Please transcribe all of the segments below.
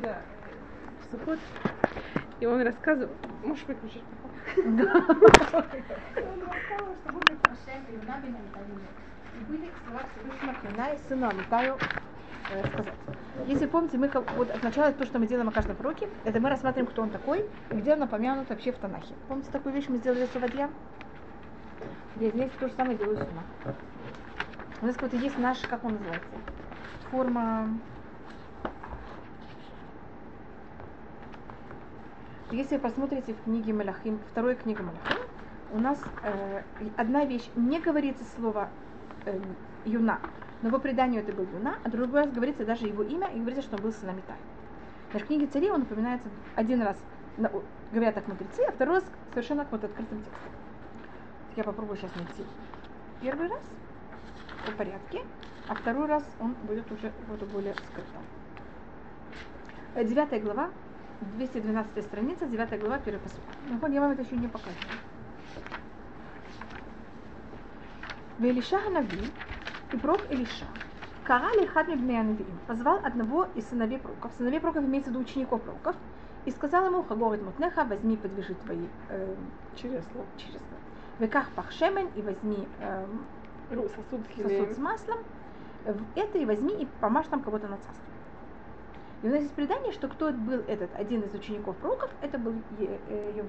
да, в Суккот, и он рассказывал, можешь выключить? Да. Он рассказывал, что будет Ашем и Юна бен Амитаю. И были слова Всевышнего к Юна и сыну Амитаю сказать. Если помните, мы вот сначала то, что мы делаем о каждом пророке, это мы рассматриваем, кто он такой, и где он упомянут вообще в Танахе. Помните такую вещь мы сделали с Овадья? Я здесь то же самое делаю с Юна. У нас какой-то есть наш, как он называется, форма. Если вы посмотрите в книге Малахим, второй книга Малахим, у нас одна вещь, не говорится слово Юна, но по преданию это был Юна, а другой раз говорится даже его имя, и говорится, что он был сын Амитай. В книге Царей он упоминается один раз, говорят так мудрецы, а второй раз совершенно вот открытым текстом. Я попробую сейчас найти первый раз по порядке, а второй раз он будет уже более скрытым. 9 глава, 212 страница, 9 глава, первый посуд. Ну, я вам это еще не показываю. Велиша Ханави, и пророк Элиша, Карали Хадми бней Анавиим, позвал одного из сыновей пророков. Сыновей пророков имеется в виду учеников пророков, и сказал ему: Хагорит Мутнеха, возьми, подвяжи твои чересла. Веках пахшемен, и возьми сосуд с маслом, это и возьми, и помажь там кого-то на царство. И у нас есть предание, что кто был этот один из учеников пророков, это был Юна.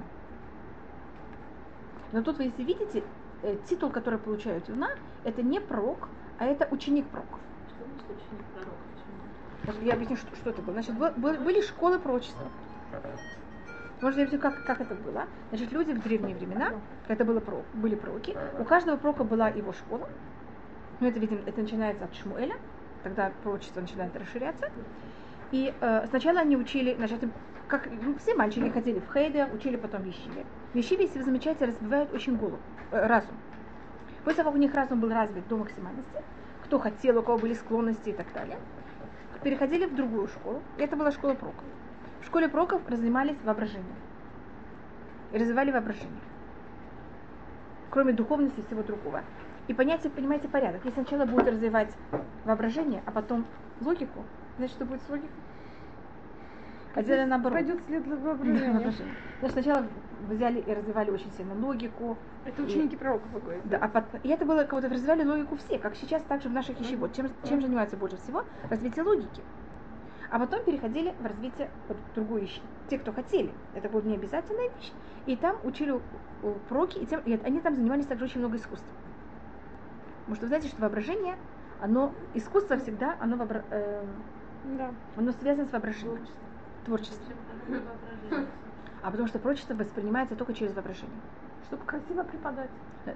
Но тут вы, если видите, титул, который получает Юна, это не пророк, а это ученик пророков. Что значит ученик пророка? Я объясню, что это было. Значит, были школы пророчества. Можно объяснить, как это было. Значит, люди в древние времена, когда были пророки, у каждого пророка была его школа. Ну, это, видимо, это начинается от Шмуэля, тогда пророчество начинает расширяться. И сначала они учили, значит, как все мальчики ходили в Хейдер, учили потом в Ешиве. В Ешиве, если вы замечаете, развивают очень разум. После того, как у них разум был развит до максимальности, кто хотел, у кого были склонности и так далее, переходили в другую школу. И это была школа пророков. В школе пророков занимались воображением. И развивали воображение. Кроме духовности и всего другого. И понимаете порядок. Если сначала будет развивать воображение, а потом логику, значит, что будет с логикой? А делали наоборот. Пойдет след воображения. Значит, сначала взяли и развивали очень сильно логику. Это ученики пророков, вы говорите. Да, и это было, как будто развивали логику все, как сейчас также в наших ешивот. Чем занимаются больше всего? Развитие логики. А потом переходили в развитие другой вещи. Те, кто хотели. Это была не обязательная вещь. И там учили пророки, и они там занимались также очень много искусством. Потому что вы знаете, что воображение, искусство всегда, оно связано с воображением. Творчество. А потому что пророчество воспринимается только через воображение. Чтобы красиво преподать.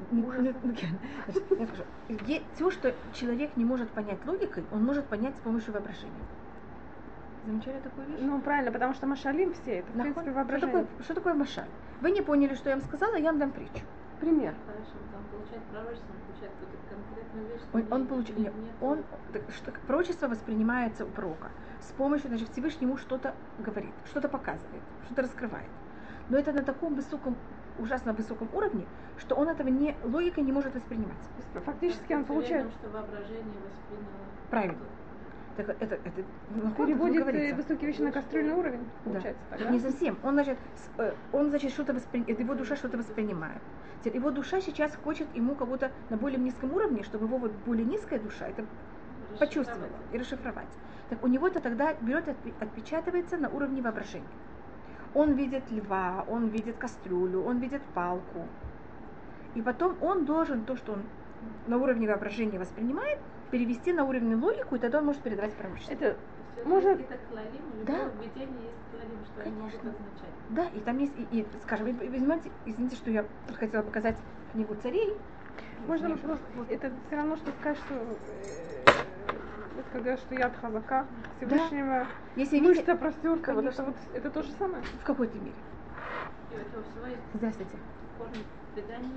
Все, что человек не может понять логикой, он может понять с помощью воображения. Замечали такую вещь? Ну, правильно, потому что машалим все, это, в принципе, воображение. Что такое машаль? Вы не поняли, что я вам сказала, я вам дам притчу. Пример. Хорошо, там получает пророчество, он получает какую-то конкретную вещь. Пророчество воспринимается у пророка с помощью, значит, Всевышнему что-то говорит, что-то показывает, что-то раскрывает. Но это на таком ужасно высоком уровне, что он этого логикой не может воспринимать. Фактически он получает. Что воображение восприняло. Правильно. Так это переводит высокие вещи на кастрюльный уровень, получается. Да. Так, не совсем. Он значит, что-то его душа что-то воспринимает. Его душа сейчас хочет ему кого-то на более низком уровне, чтобы его более низкая душа это почувствовала и расшифровать. Так у него это тогда берет и отпечатывается на уровне воображения. Он видит льва, он видит кастрюлю, он видит палку. И потом он должен то, что он на уровне воображения воспринимает, перевести на уровень логику, и тогда он может передавать пророчество. Это можно... клалим, да. В видении есть клалим, что они могут означать. Да, и там есть, скажем, возьмите, извините, что я хотела показать книгу царей. Можно вопрос? Это все равно, что сказать, что когда что яд хазака, Всевышнего, если мышца простерта, это то же самое? В какой-то мере. И у этого всего есть здравствуйте. Корни предания,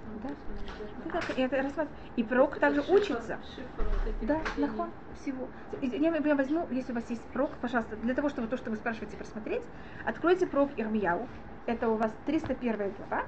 И пророк также учится. Да, нахон всего. Я возьму, если у вас есть пророк, пожалуйста, для того, чтобы то, что вы спрашиваете, просмотреть, откройте пророк Ирмияу. Это у вас 301 глава.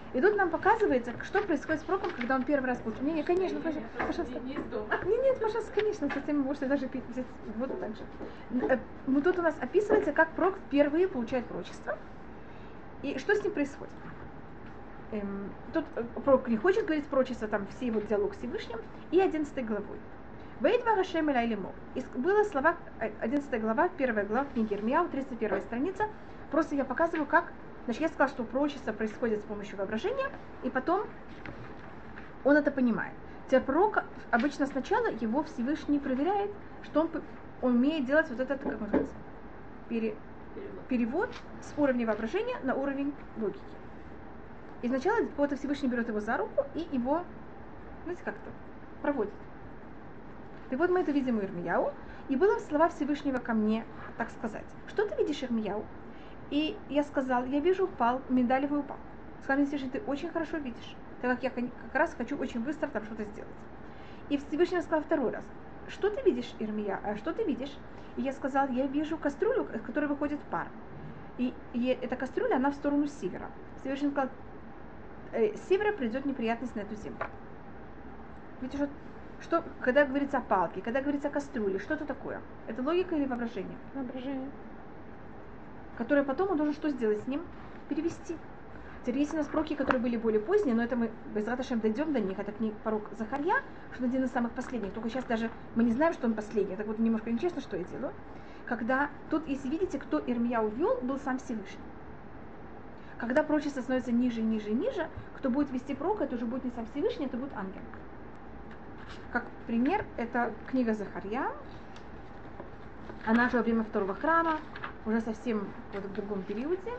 И тут нам показывается, что происходит с пророком, когда он первый раз получил. Не, конечно, пожалуйста. Нет, пожалуйста, конечно, с этим можете даже пить здесь вот так же. Но тут у нас описывается, как пророк впервые получает пророчество. И что с ним происходит? Тут пророк не хочет говорить пророчество, там все его диалог с Всевышним, и 11 главой. Ваидва Рашем Элай Лимо. Было слова, 11 глава, 1 глава книги Ирмияу, 301 страница. Просто я показываю, как. Значит, я сказала, что пророчество происходит с помощью воображения, и потом он это понимает. Теперь пророк обычно сначала его Всевышний проверяет, что он умеет делать вот этот, как называется, перевод с уровня воображения на уровень логики. И сначала вот Всевышний берет его за руку и его, знаете, как-то проводит. И вот мы это видим у Ирмияу. И было слова Всевышнего ко мне, так сказать. Что ты видишь, Ирмияу? И я сказал, я вижу миндалевый упал. Сказал мне Всевышний, ты очень хорошо видишь, так как я как раз хочу очень быстро там что-то сделать. И Всевышний сказал второй раз, что ты видишь, Ирмия, что ты видишь? И я сказал, я вижу кастрюлю, из которой выходит пар. И эта кастрюля, она в сторону севера. Всевышний сказал, с севера придет неприятность на эту землю. Видите, что, когда говорится о палке, когда говорится о кастрюле, что это такое? Это логика или воображение? Воображение. Которое потом он должен что сделать с ним? Перевести. Теперь есть у нас пророки, которые были более поздние, но это мы без раташем дойдем до них. Это книга пророк Захарья, что он один из самых последних. Только сейчас даже мы не знаем, что он последний. Так вот немножко нечестно, что я делаю. Когда тут, если видите, кто Ирмия увел, был сам Всевышний. Когда пророчество становится ниже, ниже, ниже, кто будет вести пророка, это уже будет не сам Всевышний, это будет ангел. Как пример, это книга Захарья. Она же во время второго храма, уже совсем вот в другом периоде.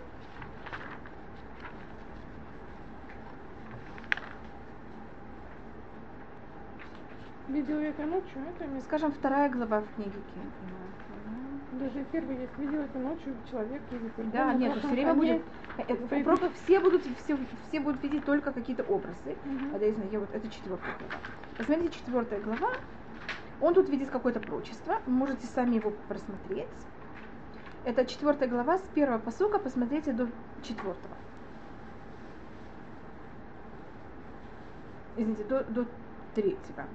Видел я это ночью, это место. Скажем, 2 глава в книге Даже первый есть. Видел это ночью, человек видит. Да, нет, все время будет. В пророках все будут видеть только какие-то образы. А я знаю, вот это 4 глава. Посмотрите, 4 глава. Он тут видит какое-то пророчество. Вы можете сами его просмотреть. Это 4 глава, с 1 пасука, посмотрите до 4. Извините, до 3.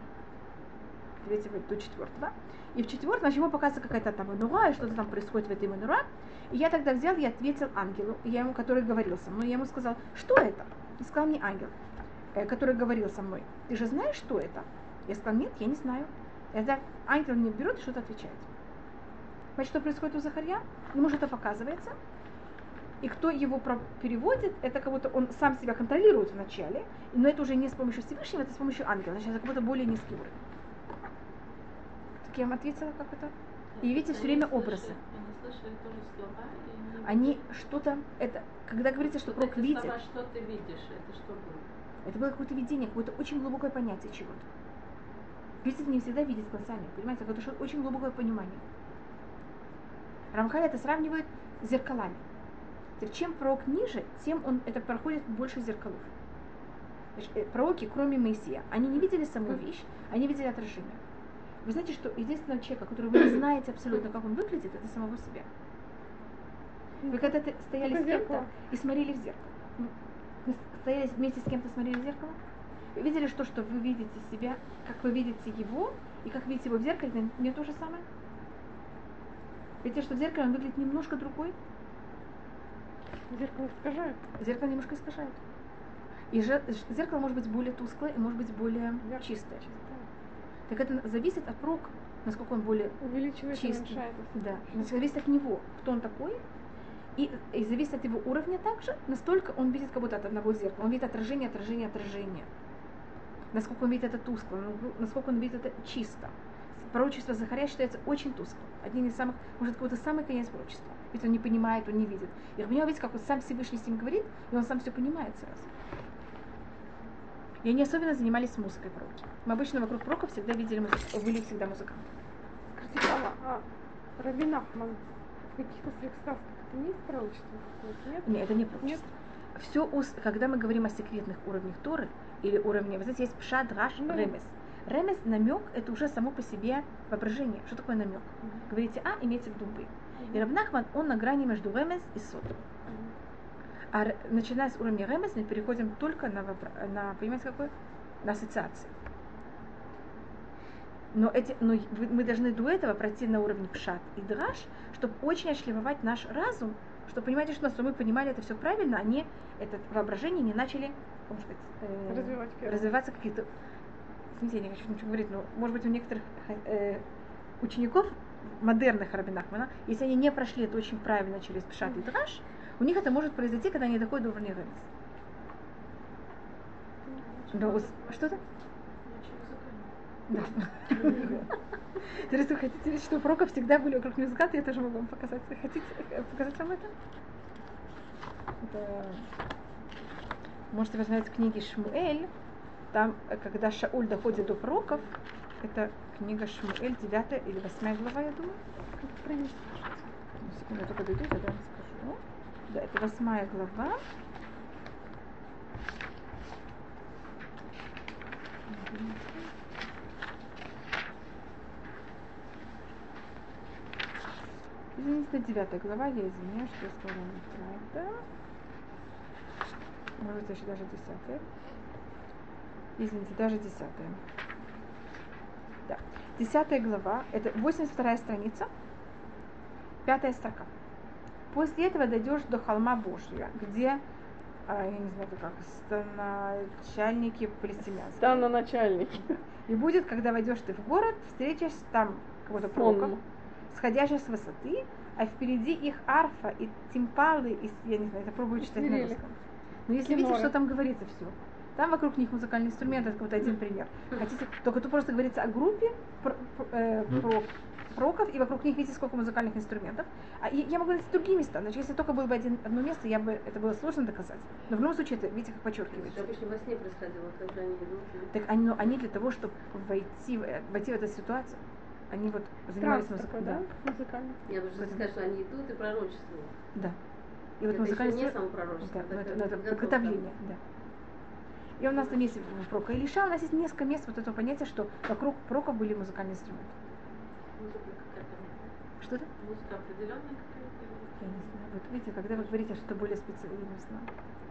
3 до 4. И в 4, значит, ему показывается какая-то там менура, и что-то там происходит в этой менуре. И я тогда взял и ответил ангелу, я ему, который говорил со мной, я ему сказал, что это? И сказал мне ангел, который говорил со мной, ты же знаешь, что это? Я сказал, нет, я не знаю. И тогда ангел мне берет и что-то отвечает. Значит, что происходит у Захарья? Ему что-то показывается. И кто его переводит, это как будто он сам себя контролирует вначале, но это уже не с помощью Всевышнего, это с помощью ангела. Значит, это как будто более низкий уровень. Так я вам ответила, как это? И видите, все время образы. Они слышали тоже слова. Они что-то, это, когда говорится, что пророк видит. Слова, что ты видишь, это что было? Это было какое-то видение, какое-то очень глубокое понятие чего-то. Видите, не всегда видит глазами, понимаете, это что-то очень глубокое понимание. Рамхаль это сравнивает с зеркалами. Чем пророк ниже, тем он это проходит больше зеркалов. Значит, пророки, кроме Моисея, они не видели саму вещь, они видели отражение. Вы знаете, что единственного человека, которого вы не знаете абсолютно, как он выглядит, это самого себя. Вы когда-то стояли с кем-то и смотрели в зеркало. Вы стояли вместе с кем-то, смотрели в зеркало? Вы видели, что вы видите себя, как вы видите его, и как видите его в зеркале, это не то же самое? Видите, что в зеркале он выглядит немножко другой? Зеркало искажает. Зеркало немножко искажает. И зеркало может быть более тусклое и может быть более чистое. Так это зависит от пророка, насколько он более увеличивает, чистый. Да. Зависит от него, кто он такой. И зависит от его уровня также, настолько он видит как будто от одного зеркала. Он видит отражение. Насколько он видит это тускло, насколько он видит это чисто. Пророчество Захарья считается очень тусклым. Одним из самых, может, какой-то самый конец пророчества. Ведь он не понимает, он не видит. И меня видите, как он сам Всевышний с ним говорит, и он сам все понимает сразу. И они особенно занимались музыкой пророки. Мы обычно вокруг пророков всегда были всегда музыканты. Скажите, Раби Нахман в каких-то своих сказках это не есть пророчество? Нет, это не пророчество. Все, когда мы говорим о секретных уровнях Торы, или уровне, вы знаете, есть пшат, раш, ремес. Ремес, намек, это уже само по себе воображение. Что такое намек? Говорите А, имеется в виду Б. И Рав Нахман, он на грани между ремес и сод. начиная с уровня ремес, мы переходим только на понимаете, какой? На ассоциации. Но мы должны до этого пройти на уровне пшат и драш, чтобы очень отшлифовать наш разум, чтобы понимаете, что мы понимали это все правильно, а не это воображение не начали, как сказать, развиваться какие-то. Извините, я не хочу ничего говорить, но может быть у некоторых учеников модерных Раби Нахмана, если они не прошли это очень правильно через пшат и драш, у них это может произойти, когда они доходят до уровня ремес. Что-то? Да. Интересно, вы хотите видеть, что у пророков всегда были вокруг музыканта? Я тоже могу вам показать. Хотите показать вам это? Можете посмотреть в книге Шмуэль. Там, когда Шауль доходит до пророков, это книга Шмуэль, 9 или 8 глава, я думаю. Секунду, я только дойду, тогда я скажу. Да, это 8 глава. Извините, 9 глава, я извиняюсь, что я сказала неправда. Может быть, еще даже 10. Извините, даже 10. Да. 10 глава, это 82 страница, 5 строка. После этого дойдешь до холма Божьего, где, я не знаю, как, становначальники палестинянские. Становначальники. И будет, когда войдешь ты в город, встретишь там кого-то пророков, сходящих с высоты, а впереди их арфа и тимпалы, и, я не знаю, я попробую читать на русском. Но если видите, что там говорится все. Там вокруг них музыкальные инструменты, это вот один пример. Хотите, только тут просто говорится о группе пророков, и вокруг них видите, сколько музыкальных инструментов. Я могу говорить другие места, значит, если только было бы одно место, это было сложно доказать. Но в любом случае, это, видите, как подчеркивается. Это обычно во сне происходило, когда они идут. Так они для того, чтобы войти в эту ситуацию, они вот занимались музыкой. Да? Музыкальным. Я бы сказать, что они идут и пророчествуют. Да. И вот это музыкальное еще не самопророчество. Да, это подготовление, да. И у нас там есть в Прока Илиша, у нас есть несколько мест вот этого понятия, что вокруг пророков были музыкальные инструменты. Музыка какая-то. Что-то? Музыка определенная какая-то? Я не знаю. Вот видите, когда вы говорите что-то более специальное, я не знаю.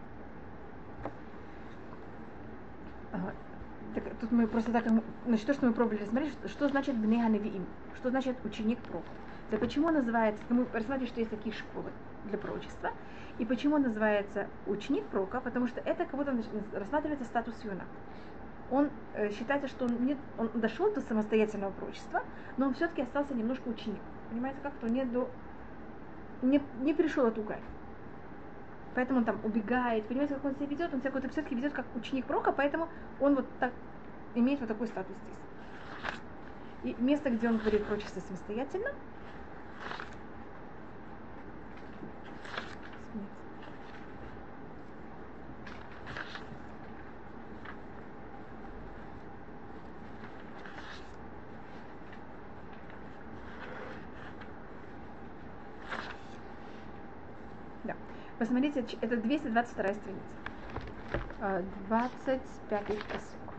Так, тут мы просто так, значит, то, что мы пробовали рассмотреть, что значит Бней Ханавиим, что значит ученик пророков. Да почему называется, мы рассмотрели, что есть такие школы для пророчества, и почему называется ученик пророка, потому что это как будто рассматривается статус юна. Он считается, что он дошел до самостоятельного пророчества, но он все-таки остался немножко учеником. Понимаете, как-то он не перешел от угай. Поэтому он там убегает. Понимаете, как он себя ведет? Он себя все-таки ведет как ученик пророка, поэтому он вот так имеет вот такой статус здесь. И место, где он говорит пророчество самостоятельно, посмотрите, это 222 страница. 25-й посук.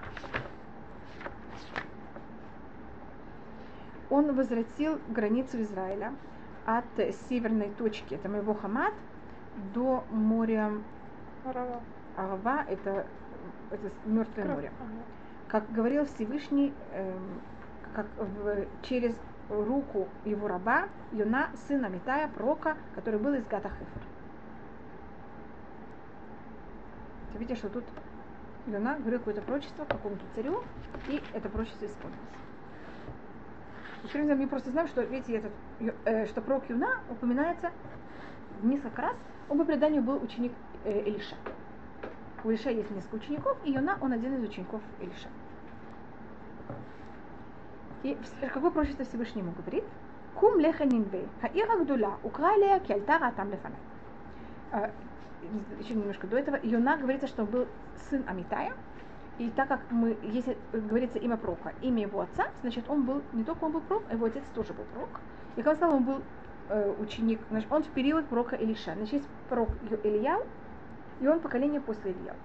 Он возвратил границу Израиля от северной точки, это моего Хамат, до моря Арава, это Мертвое море. Как говорил Всевышний, через руку его раба Йона, сына Амитая, пророка, который был из Гата Хефер. Видите, что тут Йона говорил какое-то пророчество какому-то царю, и это пророчество исполнилось. Мы просто знаем, что, видите, что пророк Йона упоминается несколько раз. Он по преданию был ученик Элиша. У Элиша есть несколько учеников, и Йона, он один из учеников Элиша. И какое пророчество Всевышнему говорит? Кум леха нинвей, хаира гдула, укралия кельтара там лефанай. Еще немножко до этого, Йона говорится, что он был сын Амитая, и так как если говорится имя пророка, имя его отца, значит, он был, не только он был пророк, а его отец тоже был пророк. И как он сказал, он был ученик, значит, он в период пророка Илиша. Значит, есть пророк Ильяу, и он поколение после Ильяу.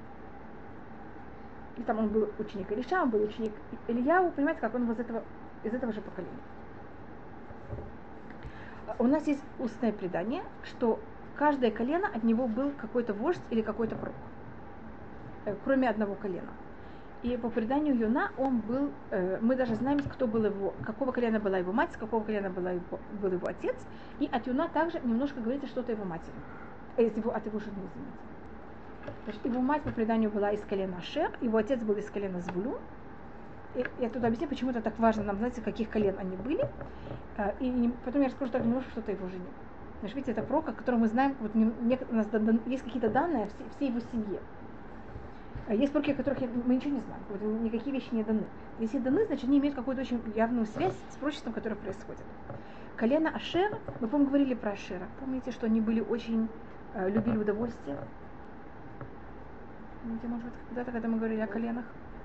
И там он был ученик Илиша, он был ученик Ильяу, понимаете, как он был из этого же поколения. У нас есть устное предание, что каждое колено от него был какой-то вождь или какой-то пророк, кроме одного колена. И по преданию Йона он был, мы даже знаем, кто был его, какого колена была его мать, с какого колена был его отец. И от Йона также немножко говорится что-то его матери, от его жены, извините. Значит, его мать по преданию была из колена Ашер, его отец был из колена Звулун. И я тут объясню, почему это так важно нам знать, из каких колен они были. И потом я расскажу так немножко что-то его жене. Значит, видите, это пророк, о котором мы знаем, вот у нас есть какие-то данные о всей его семье. Есть пророки, о которых мы ничего не знаем, вот никакие вещи не даны. Если даны, значит, они имеют какую-то очень явную связь с пророчеством, которое происходит. Колено Ашер, мы, по-моему, говорили про Ашера. Помните, что они были очень, любили удовольствие? Помните, может быть, когда-то, когда мы говорили о коленах?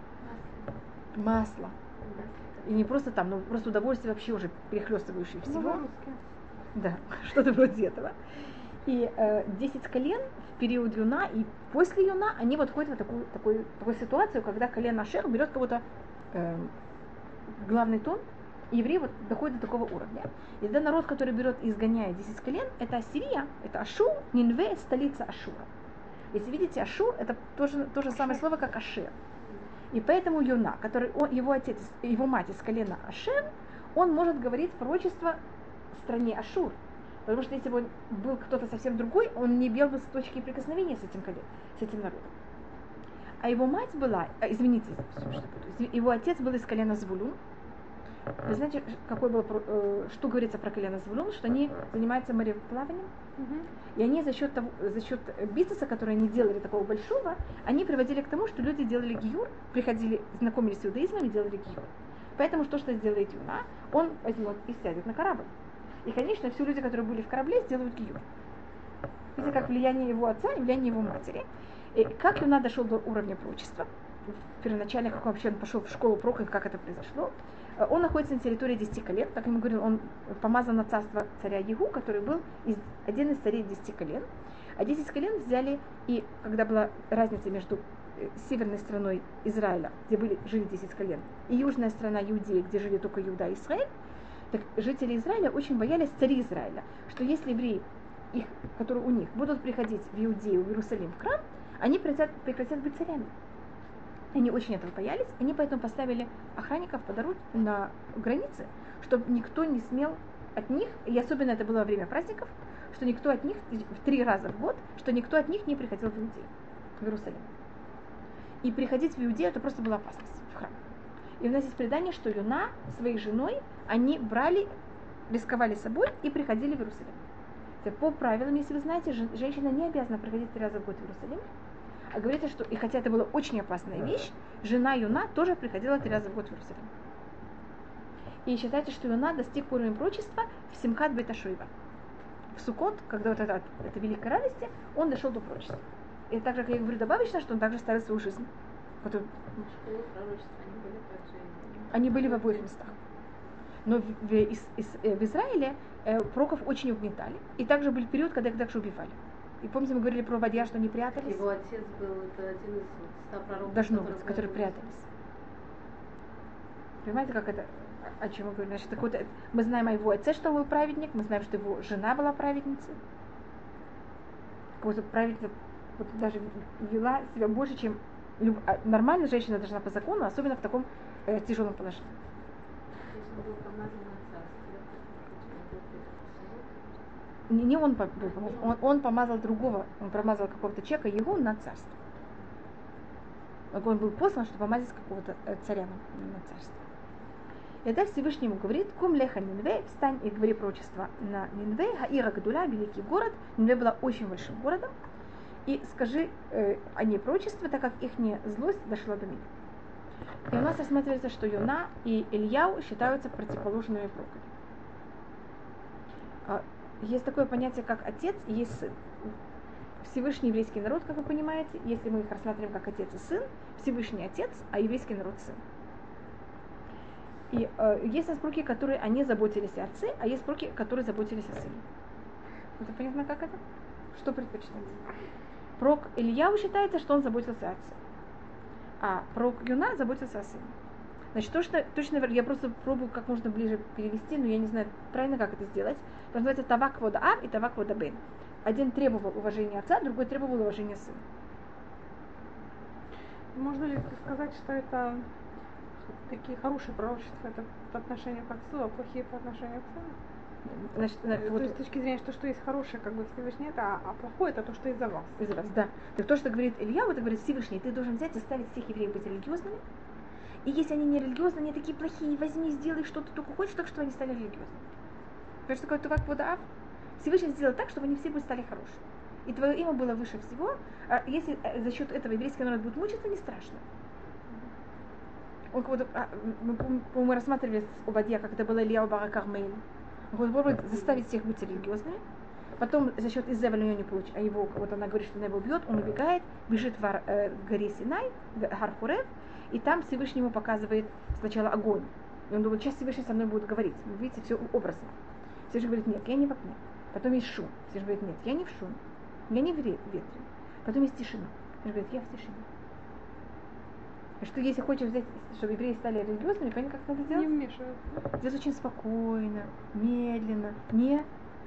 Масло. И не просто там, но просто удовольствие вообще уже перехлестывающее всего. Да, что-то вроде этого. И 10 колен в период Юна и после Юна, они вот входят в такую ситуацию, когда колено Ашер берет кого-то главный тон, и евреи вот доходят до такого уровня. И тогда народ, который берет и изгоняет 10 колен, это Ассирия, это Ашур, Нинве, столица Ашура. Если видите, Ашур, это то же самое слово, как Ашер. И поэтому Йона, который его отец, его мать из колена Ашер, он может говорить пророчество в стране Ашур. Потому что если бы был кто-то совсем другой, он не бил бы с точки прикосновения с этим народом. А его мать была, извините, его отец был из колена Звулун. Вы знаете, что говорится про колено Звулун, что они занимаются мореплаванием. И они за счет бизнеса, который они делали такого большого, они приводили к тому, что люди делали гиюр, приходили, знакомились с иудаизмом и делали гиюр. Поэтому что сделает Юна? Он возьмет и сядет на корабль. И, конечно, все люди, которые были в корабле, сделают гиюр. Видите, как влияние его отца и влияние его матери. И как Юна дошел до уровня пророчества, первоначально, как вообще он пошел в школу пророка, как это произошло, он находится на территории 10 колен, как я ему говорил, он помазан на царство царя Егу, который был один из царей 10 колен. А 10 колен взяли, и когда была разница между северной страной Израиля, где жили 10 колен, и южная страна Иудеи, где жили только Иуда и Израиль, так жители Израиля очень боялись царей Израиля, что если евреи, которые у них, будут приходить в Иудею, в Иерусалим, в храм, они прекратят быть царями. Они очень этого боялись, они поэтому поставили охранников по дороге на границе, чтобы никто не смел от них, и особенно это было во время праздников, что никто от них, в 3 раза в год, что никто от них не приходил в Иудею, в Иерусалим. И приходить в Иудею, это просто была опасность в храм. И у нас есть предание, что Юна своей женой, они рисковали собой и приходили в Иерусалим. По правилам, если вы знаете, женщина не обязана приходить 3 раза в год в Иерусалим. А говорится, что, и хотя это была очень опасная вещь, жена Юна тоже приходила 3 раза в год в Иерусалим. И считается, что Юна достиг уровня пророчества в Симхат бейт ха-Шойва. В Суккот, когда вот это великой радости, он дошел до пророчества. И также, как я говорю, добавочно, что он также ставил свою жизнь. Они были в обоих местах. Но в Израиле пророков очень угнетали. И также был период, когда их также убивали. И помните, мы говорили про Вадья, что они прятались? Его отец был один из 100 пророков, должно быть, которые прятались. Понимаете, как это, о чем мы говорим? Значит, мы знаем о его отце, что он был праведник, мы знаем, что его жена была праведницей. Какой-то праведник вот даже вела себя больше, чем нормальная женщина должна по закону, особенно в таком тяжелом положении. Не он был помазан, он помазал другого, он промазал какого-то человека, его на царство. Он был послан, чтобы помазать какого-то царя на царство. И тогда Всевышний ему говорит: «Кум леха Нинве, встань и говори пророчество на Нинве, Хаира Гадуля, великий город». Нинве была очень большим городом. И скажи о ней пророчество, так как их злость дошла до меня. И у нас рассматривается, что Йона и Ильяу считаются противоположными пророками. Есть такое понятие, как отец и есть сын. Всевышний еврейский народ, как вы понимаете, если мы их рассматриваем как отец и сын, Всевышний отец, а еврейский народ сын. И есть пророки, которые они заботились о отце, а есть пророки, которые заботились о сыне. Это понятно, как это? Что предпочитать? Пророк Ильяу считается, что он заботился о отце, а пророк Юна заботился о сыне. Значит, точно я просто пробую как можно ближе перевести, но я не знаю правильно, как это сделать. Это называется тавак вода ав и тавак вода бен. один требовал уважения отца, другой требовал уважения сына. Можно ли сказать, что это такие хорошие пророчества, это по отношению к отцу, а плохие по отношению к сыну? Значит, То есть с точки зрения, что есть хорошее, как бы Всевышний, это, а плохое это то, что из-за вас. Из вас, да. Так то, что говорит Илья, это говорит Всевышний, ты должен взять и заставить всех евреев быть религиозными. И если они не религиозны, они такие плохие, возьми, сделай что-то только хочешь, так, чтобы они стали религиозными. Потому что такое тувак водоав. Всевышний сделал так, чтобы они все стали хорошими. И твое имя было выше всего. А если за счет этого еврейский народ будет мучиться, не страшно. Мы рассматривали с Обадья, как это было Илья Бара Кармель. Он попробует заставить всех быть религиозными. Потом за счет Изевеля у него не получится, а его, вот она говорит, что она его убьет, он убегает, бежит в горе Синай, Гар Хорев, и там Всевышний ему показывает сначала огонь. И он думает, сейчас Всевышний со мной будет говорить. Вы видите, все образно. Всевышний говорит, нет, я не в окне. Потом есть шум. Всевышний говорит, нет, я не в шум. Я не в ветре. Потом есть тишина. Всевышний говорит, я в тишине. Что если хочешь взять, чтобы евреи стали религиозными, понятно, как надо делать? Не вмешиваться. Делать очень спокойно, медленно, не...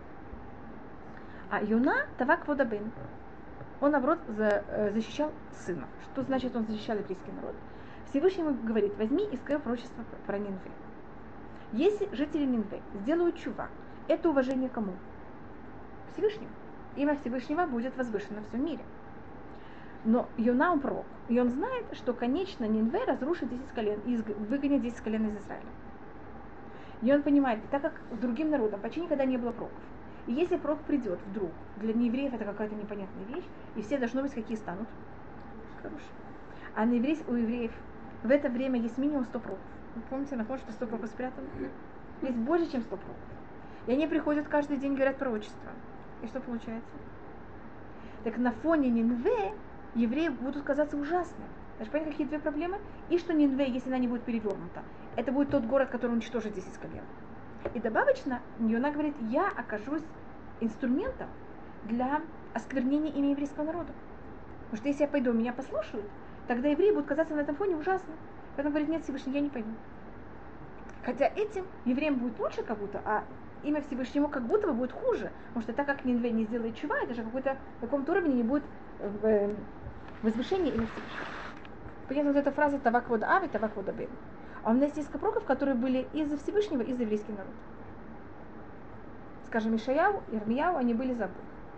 А Юна Тавак Водабен. Он, наоборот, защищал сына. Что значит, он защищал еврейский народ? Всевышний ему говорит, возьми и скажи пророчество про Нинве. Если жители Нинве сделают чува, это уважение кому? Всевышнему. Имя Всевышнего будет возвышено в всем мире. Но Йона он пророк. И он знает, что, конечно, Нинве разрушит 10 колен и выгонит 10 колен из Израиля. И он понимает, так как с другим народом почти никогда не было пророков. И если пророк придет вдруг, для неевреев это какая-то непонятная вещь, и все должны быть какие станут? Хорошие. А у евреев в это время есть минимум 100 пророков. Вы помните, на фоне, что 100 пророков спрятано? Есть больше, чем 100 пророков. И они приходят каждый день, говорят пророчество. И что получается? Так на фоне Нинве евреи будут казаться ужасными. Даже понятно, какие две проблемы? И что Нинве, если она не будет перевернута, это будет тот город, который уничтожит 10 колен. И добавочно, Йона говорит, я окажусь инструментом для осквернения имени еврейского народа. Потому что если я пойду, меня послушают, тогда евреи будут казаться на этом фоне ужасно. Поэтому говорит, нет, Всевышний, я не пойду. Хотя этим евреям будет лучше как будто, а имя Всевышнему как будто бы будет хуже. Потому что так как Нинве не сделает чува, это же какой-то на каком-то уровне не будет возвышения имя Всевышнего. Понятно, вот эта фраза «Тавак вода ави, тавак вода бен». А у нас есть пророков, которые были из-за Всевышнего, из-за еврейского народа. Скажем, Ишаяу, Ирмияу, они были за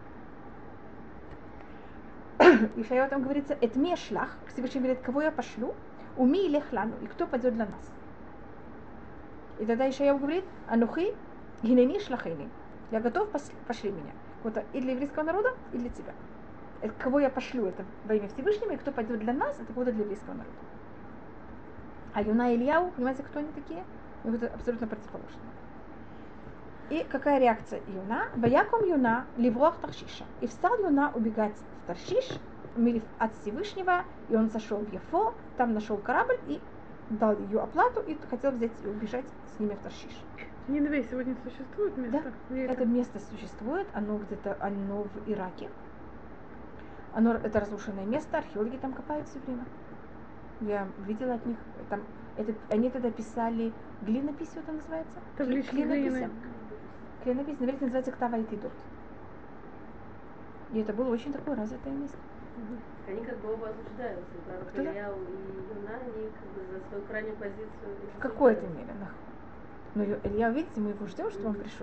Бога. Ишаяу там говорится, «Этме шлах», Всевышний говорит, кого я пошлю, уми лехлану, и кто пойдет для нас. И тогда Ишаяу говорит, «Анухи гинени шлахини», я готов, пошли меня. Вот и для еврейского народа, и для тебя. Это кого я пошлю, это во имя Всевышнего, и кто пойдет для нас, это будет для еврейского народа. А Юна и Ильяу, понимаете, кто они такие? Ну, это абсолютно противоположно. И какая реакция Юна? Ваяком Юна ливрох Таршиша. И встал Юна убегать в Таршиш от Всевышнего, и он сошел в Яфо, там нашел корабль и дал ее оплату, и хотел взять и убежать с ними в Таршиш. Нинве сегодня существует место? Да, это место существует, оно в Ираке. Это разрушенное место, археологи там копают все время. Я видела от них, они тогда писали, глинопись это называется? Таблички Клинопись, наверное, называется Ктава и Тидот. И это было очень такое развитое место. Они как бы оба осуждаются, пророк Ильяу и Юна, они как бы за свою крайнюю позицию. В какой-то мере, да. Но Илья, видите, мы его ждем, что он пришел.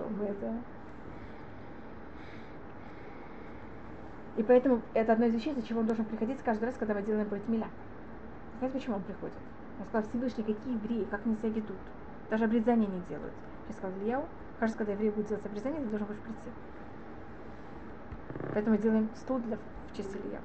И поэтому это одно из вещей, за чего он должен приходить каждый раз, когда мы делаем Брит Миля. Знаете, почему он приходит? Он сказал, Всевышний, какие евреи, как они себя ведут. Даже обрезание не делают. Я сказал Ильяу, каждый раз, когда еврей будет делать обрезание, ты должен быть в прийти. Поэтому мы делаем стул в честь Ильяу.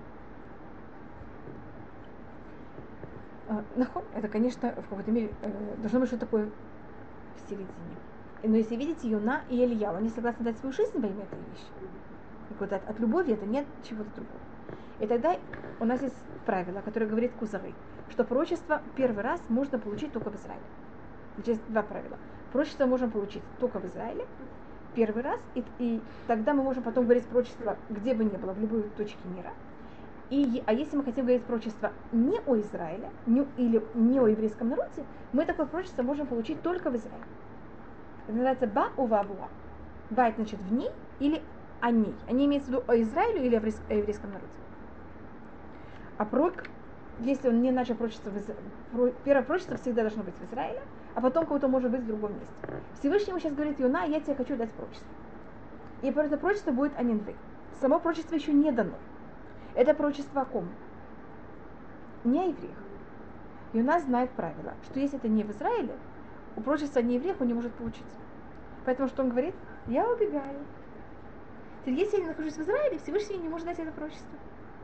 Это, конечно, в какой-то мере должно быть что-то такое в середине. Но если видите, Юна и Ильяу, они согласны дать свою жизнь во имя этой вещи. От любови это нет чего-то другого. И тогда у нас есть правило, которое говорит Кузары, что пророчество первый раз можно получить только в Израиле. Здесь два правила. Пророчество можем получить только в Израиле первый раз, и тогда мы можем потом говорить пророчество где бы ни было, в любой точке мира. А если мы хотим говорить пророчество не о Израиле, или не о еврейском народе, мы такое пророчество можем получить только в Израиле. Это называется ба-ува-буа. Ба, это значит в ней, или о ней. Они имеются в виду о Израиле или о еврейском народе. А пророк, если он не начал пророчество, первое пророчество всегда должно быть в Израиле, а потом кого-то может быть в другом месте. Всевышний ему сейчас говорит: Йона, я тебе хочу дать пророчество. И это пророчество будет о Нинве. Само пророчество еще не дано. Это пророчество о ком? Не о евреях. Йона знает правило, что если это не в Израиле, у пророчества не евреев он не может получиться. Поэтому что он говорит? Я убегаю. Теперь, если я не нахожусь в Израиле, Всевышний не может дать это пророчество.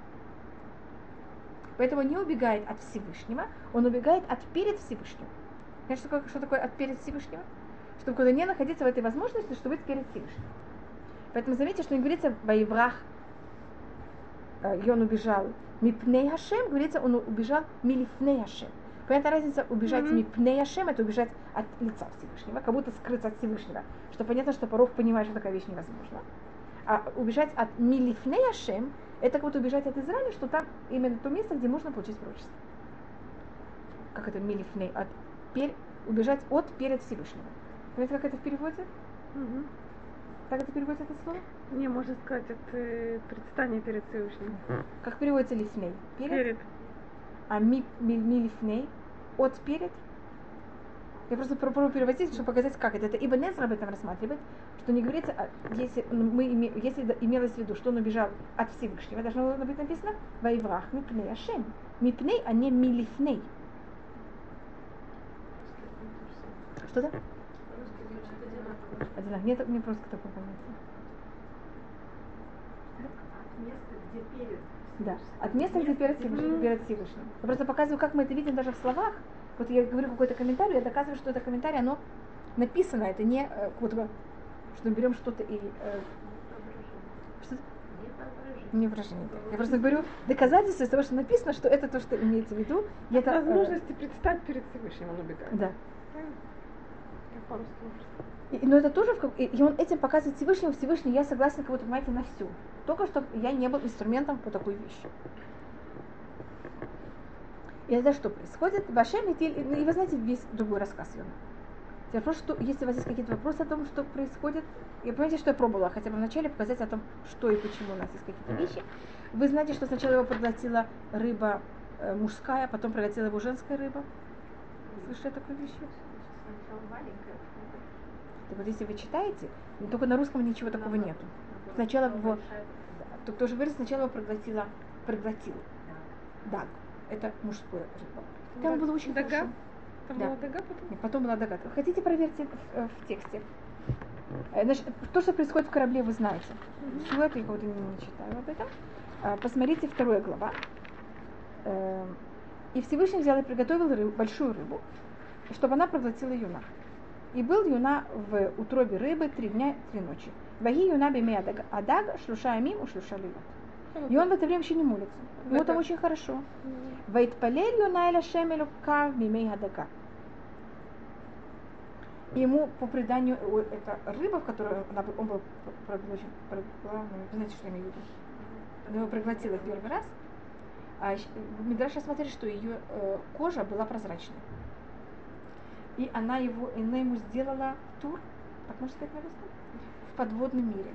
Поэтому он не убегает от Всевышнего, он убегает от перед Всевышним. Знаете, что такое от перед Всевышнего? Чтобы куда не находиться в этой возможности, чтобы быть перед Всевышним. Поэтому заметьте, что не говорится «Ваеврах», и он убежал «Мипней Хашем», говорится «он убежал милифней Хашем». Понятна разница, убежать мипней Хашем, это убежать от лица Всевышнего, как будто скрыться от Всевышнего. Что понятно, что порог понимает, что такая вещь невозможна. А убежать от милифней Хашем, это как будто убежать от Израиля, что там именно то место, где можно получить пророчество. Как это милифней? Убежать от перед Всевышнего. Понимаете, как это в переводе? Так это переводится это слово? Не, можно сказать, это предстание перед Всевышним. Как переводится лифней? Перед. А милифней? От перед? Я просто попробую переводить, чтобы показать, как это. Это Ибн Эзра об этом рассматривает, что не говорится, если имелось в виду, что он убежал от Всевышнего, должно было быть написано «Ваеврах мипней Ашем». Мипней, а не милифней. Что да? Одинаково. Нет, мне просто такое понятие. От места, где перед. Да, от места, где перед Всевышним. Я просто показываю, как мы это видим даже в словах. Вот я говорю какой-то комментарий, я доказываю, что это комментарий, оно написано, это не вот, что мы берем что-то и... Что? Не выражение. Я просто говорю доказательство из того, что написано, что это то, что имеется в виду. От возможности предстать перед Всевышним он убегает. Да. По-русски. Но это тоже, и он этим показывает Всевышнему, Всевышний, я согласен, как вы понимаете, на все. Только чтобы я не был инструментом по такой вещи. И это что происходит? И вы знаете весь другой рассказ Йона. Теперь просто, если у вас есть какие-то вопросы о том, что происходит, и понимаете, что я пробовала хотя бы вначале показать о том, что и почему у нас есть какие-то вещи. Вы знаете, что сначала его проглотила рыба мужская, потом проглотила его женская рыба. Слышали такую вещь? Сначала маленькая. Так вот, если вы читаете, только на русском ничего такого нету. Сначала его, кто же говорит, сначала его проглотил. Даг. Это мужское рыба. Там было очень дага. хорошо. Там была дага потом? Нет, потом была дага. Хотите, проверьте в тексте. Значит, то, что происходит в корабле, вы знаете. Все это я кого-то не читаю об этом. Посмотрите 2 глава. И Всевышний взял и приготовил большую рыбу, чтобы она проглотила Йона. И был Йона в утробе рыбы 3 дня, 3 ночи. Ваги Йона бимей адаг, шлуша амим, ушлуша лилот. И он в это время еще не молится. Ему там очень хорошо. Ваитпалель Йона эля шем элокав бимей адага. Ему по преданию, это рыба, в которую он был проглочен, знаете, что я имею в виду? Она его проглотила в первый раз. А Мидраш рассмотрели, что ее кожа была прозрачной. И она ему сделала тур, как можно сказать на русском, в подводном мире.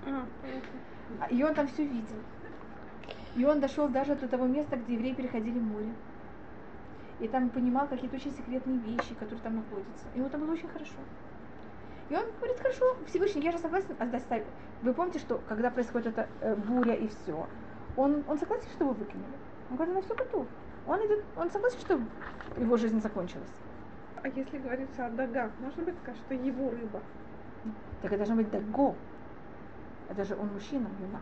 И он там все видел. И он дошел даже до того места, где евреи переходили море. И там понимал какие-то очень секретные вещи, которые там находятся. Ему там было очень хорошо. И он говорит: хорошо, Всевышний, я же согласен оставить. Вы помните, что когда происходит эта буря и все, он согласен, что его выкинули? Он говорит: на все готов. Он согласен, что его жизнь закончилась. А если говорится о дага, можно быть сказать, что его рыба? Так это должно быть даго. Это же он мужчина, Йона.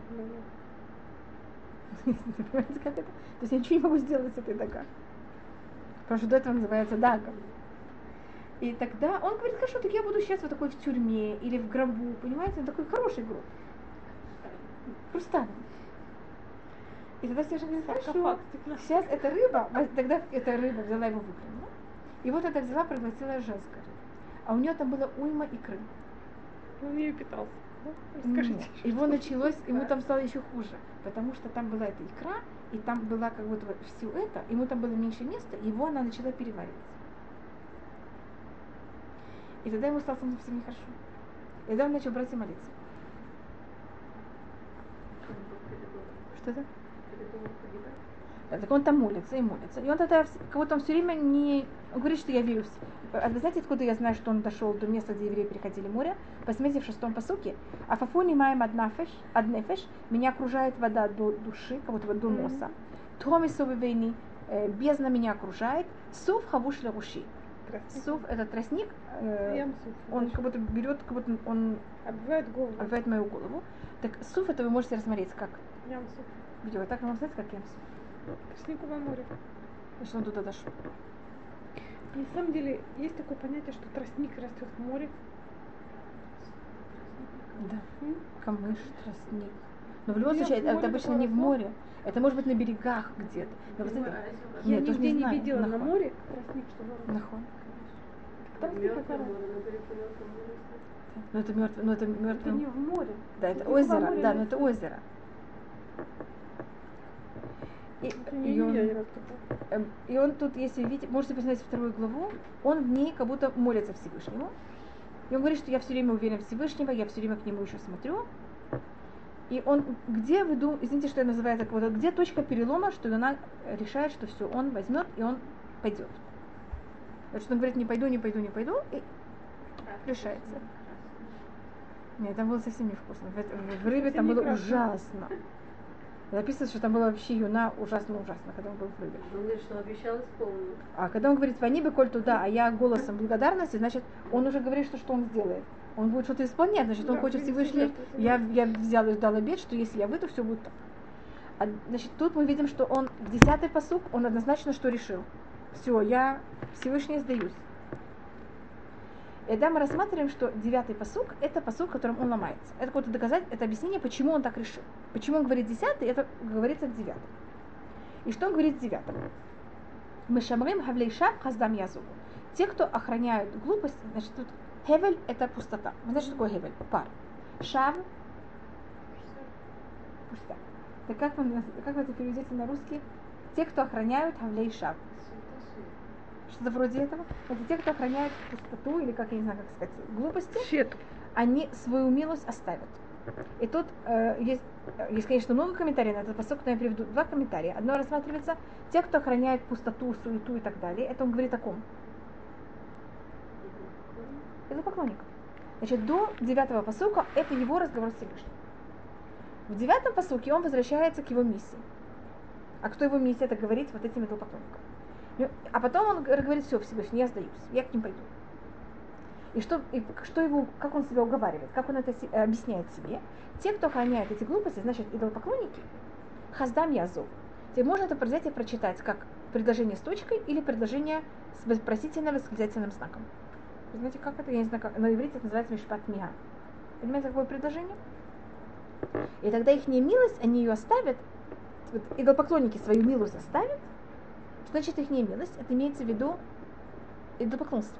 Понимаете, как это? То есть я ничего не могу сделать с этой дага. Потому что до этого называется дага. И тогда он говорит: хорошо, так я буду сейчас вот такой в тюрьме или в гробу, понимаете? Он такой хороший гроб. Хрустальный. И тогда Всевышний говорит: хорошо, сейчас эта рыба, тогда эта рыба взяла его выплюнула. И вот эта взяла, проглотила женская рыба. А у нее там была уйма икры. Он ею питался. Нет. Его началось, ему там стало еще хуже, потому что там была эта икра, и там была как будто все это, ему там было меньше места, его она начала переваривать. И тогда ему стало совсем нехорошо. И тогда он начал брать и молиться. Что это? Передумал погибать. Да, так он там молится и молится. И он тогда, как будто он все время не... Он говорит, что я верю. А вы знаете, откуда я знаю, что он дошел до места, где евреи переходили море? Посмотрите в 6-м пасуке. Афафуни маем аднефеш, меня окружает вода до души, как будто до носа. Троми совы вейни, бездна меня окружает. Сув хавуш леруши. Сув это тростник, он как будто берет, как будто он обвивает мою голову. Так сув это вы можете рассмотреть как Ямсуф. видео. Так вы можете сказать, как ямсуф. Тростниковое море. Значит, он туда дошел. На самом деле есть такое понятие, что тростник растет в море. Да. Камыш, тростник. Но в любом Я случае, в море это обычно такое не в росла. море. Это может быть на берегах где-то. Но вы знаете, Я нет, тоже нигде не знаю. видела на Нахон. море тростник, чтобы рос. Нахон. Тростник это рос. Но это мертвый, но это Это мертвый. не в море. Да, это Тростниковое озеро. море Да, не но это в море. озеро. И, Это не и он, я ни разу такого. и он тут, если видите, можете посмотреть 2 главу, он в ней как будто молится Всевышнему. И он говорит, что я все время уверен в Всевышнего, я все время к нему еще смотрю. И он, где вы думаете, извините, что я называю так, вот, где точка перелома, что она решает, что все, он возьмет и он пойдет. Потому что он говорит, не пойду, не пойду, не пойду, и решается. Нет, там было совсем невкусно. В рыбе там было ужасно. Написано, что там была вообще юна ужасно-ужасно, когда он был в рыбе. Он говорит, что обещал исполнить. А когда он говорит, «Вани бы коль туда», а я голосом благодарности, значит, он уже говорит, что он сделает. Он будет что-то исполнять, значит, он Да, хочет Всевышний. Я взял и дал обет, что если я выйду, все будет так. А, значит, тут мы видим, что он в 10-й пасук, он однозначно что решил. Все, я Всевышний сдаюсь. И тогда мы рассматриваем, что 9-й пасук – это пасук, которым он ломается. Это какое-то доказать, это объяснение, почему он так решил. Почему он говорит 10-й, это говорится в 9-м. И что он говорит в 9-м? Мы шамрим хавлей шав хаздам язу. Те, кто охраняют глупость, значит, тут хевель – это пустота. Вы знаете, что такое хевель? Пар. Шав – пустота. Так как вы это переведете на русский? Те, кто охраняют хавлей шав. Что-то вроде этого. Это те, кто охраняет пустоту, или как я не знаю, как сказать, глупости, Щету. они свою милость оставят. И тут есть, конечно, много комментариев на этот пасук, но я приведу 2 комментария. Одно рассматривается те, кто охраняет пустоту, суету и так далее. Это он говорит о ком? Это поклонник. Значит, до 9-го пасука это его разговор с Всевышним. В 9-м пасуке он возвращается к его миссии. А кто его миссия? Это говорить вот этим идолопоклонникам. А потом он говорит, все, Всевышний, я сдаюсь, я к ним пойду. И что его, как он себя уговаривает, как он это объясняет себе. Те, кто охраняет эти глупости, значит, идолопоклонники, хаздам язов. Теперь можно это взять и прочитать как предложение с точкой или предложение с вопросительно-восклицательным знаком. Вы знаете, как это? Я не знаю, как. На иврите это называется мишпат мига. Понимаете, какое предложение? И тогда их милость, они ее оставят, вот, идолопоклонники свою милость оставят. Что значит их милость? Это имеется в виду идолопоклонство.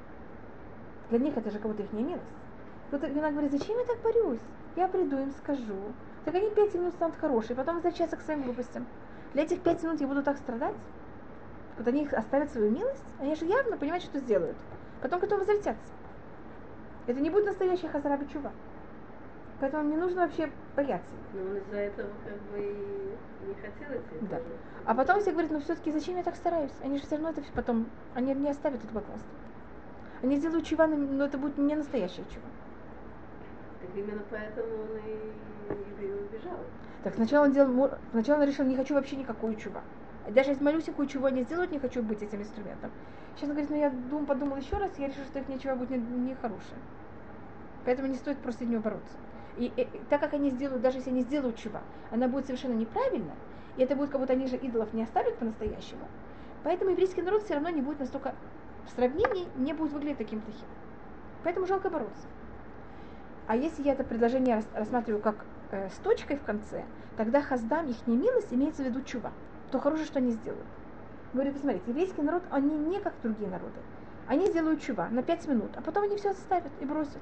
Для них это же как будто их милость. Вот она говорит, зачем я так борюсь? Я приду, им скажу. Так они 5 минут станут хорошие, потом возвращаются к своим глупостям. Для этих 5 минут я буду так страдать? Вот они их оставят свою милость, они же явно понимают, что сделают. Потом готовы возвратятся. Это не будет настоящий хазара бечува. Поэтому не нужно вообще бояться. Но он из-за этого как бы не хотел идти. Да. А потом все говорят, ну все-таки зачем я так стараюсь? Они же все равно это потом, они не оставят это поклонство. Они сделают чува, но это будет не настоящее чува. Так именно поэтому он и убежал. Так сначала он решил, не хочу вообще никакую чува. Даже если малюсенькую чуву они сделают, не хочу быть этим инструментом. Сейчас он говорит, ну я подумал еще раз, я решил, что их ничего будет нехорошее. Поэтому не стоит просто с ним бороться. И так как они сделают, даже если они сделают чува, она будет совершенно неправильно, и это будет, как будто они же идолов не оставят по-настоящему. Поэтому еврейский народ все равно не будет настолько, в сравнении, не будет выглядеть таким плохим. Поэтому жалко бороться. А если я это предложение рассматриваю как с точкой в конце, тогда хаздам, их немилость, имеется в виду чува. То хорошее, что они сделают. Говорю, посмотрите, еврейский народ, они не как другие народы. Они сделают чува на 5 минут, а потом они все оставят и бросят.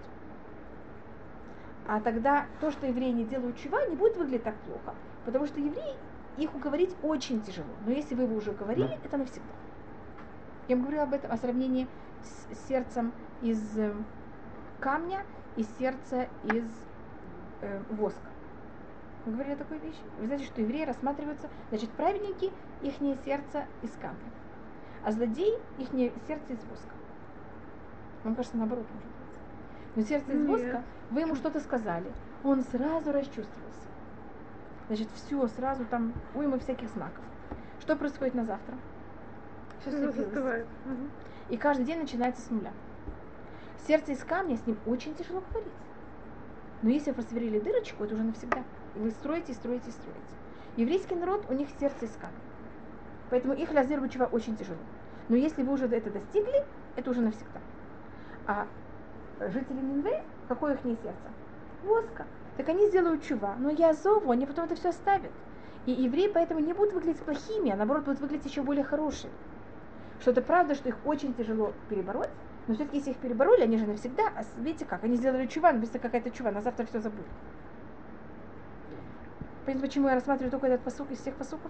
А тогда то, что евреи не делают чува, не будет выглядеть так плохо. Потому что евреи, их уговорить очень тяжело. Но если вы его уже уговорили, это навсегда. Я вам говорю об этом, о сравнении с сердцем из камня и сердце из воска. Мы говорили о такой вещи. Вы знаете, что евреи рассматриваются, значит, праведники, ихнее сердце из камня, а злодей, ихнее сердце из воска. Вам кажется, наоборот, может быть. Но сердце из воска, вы ему что-то сказали, он сразу расчувствовался. Значит, все, сразу там уйма всяких знаков. Что происходит на завтра? Все застывает. И каждый день начинается с нуля. Сердце из камня, с ним очень тяжело говорить. Но если вы просверлили дырочку, это уже навсегда. И вы строите, строите, строите. Еврейский народ, у них сердце из камня. Поэтому их лазер бычева очень тяжело. Но если вы уже это достигли, это уже навсегда. А жители Нинве, какое их сердце? Воска. Так они сделают чува, но я зову, они потом это все оставят. И евреи поэтому не будут выглядеть плохими, а наоборот будут выглядеть еще более хорошими. Что это правда, что их очень тяжело перебороть, но все-таки если их перебороли, они же навсегда, а видите как, они сделали чува, но быстро какая-то чува, на завтра все забыли. Понимаете, почему я рассматриваю только этот пасук из всех пасуков?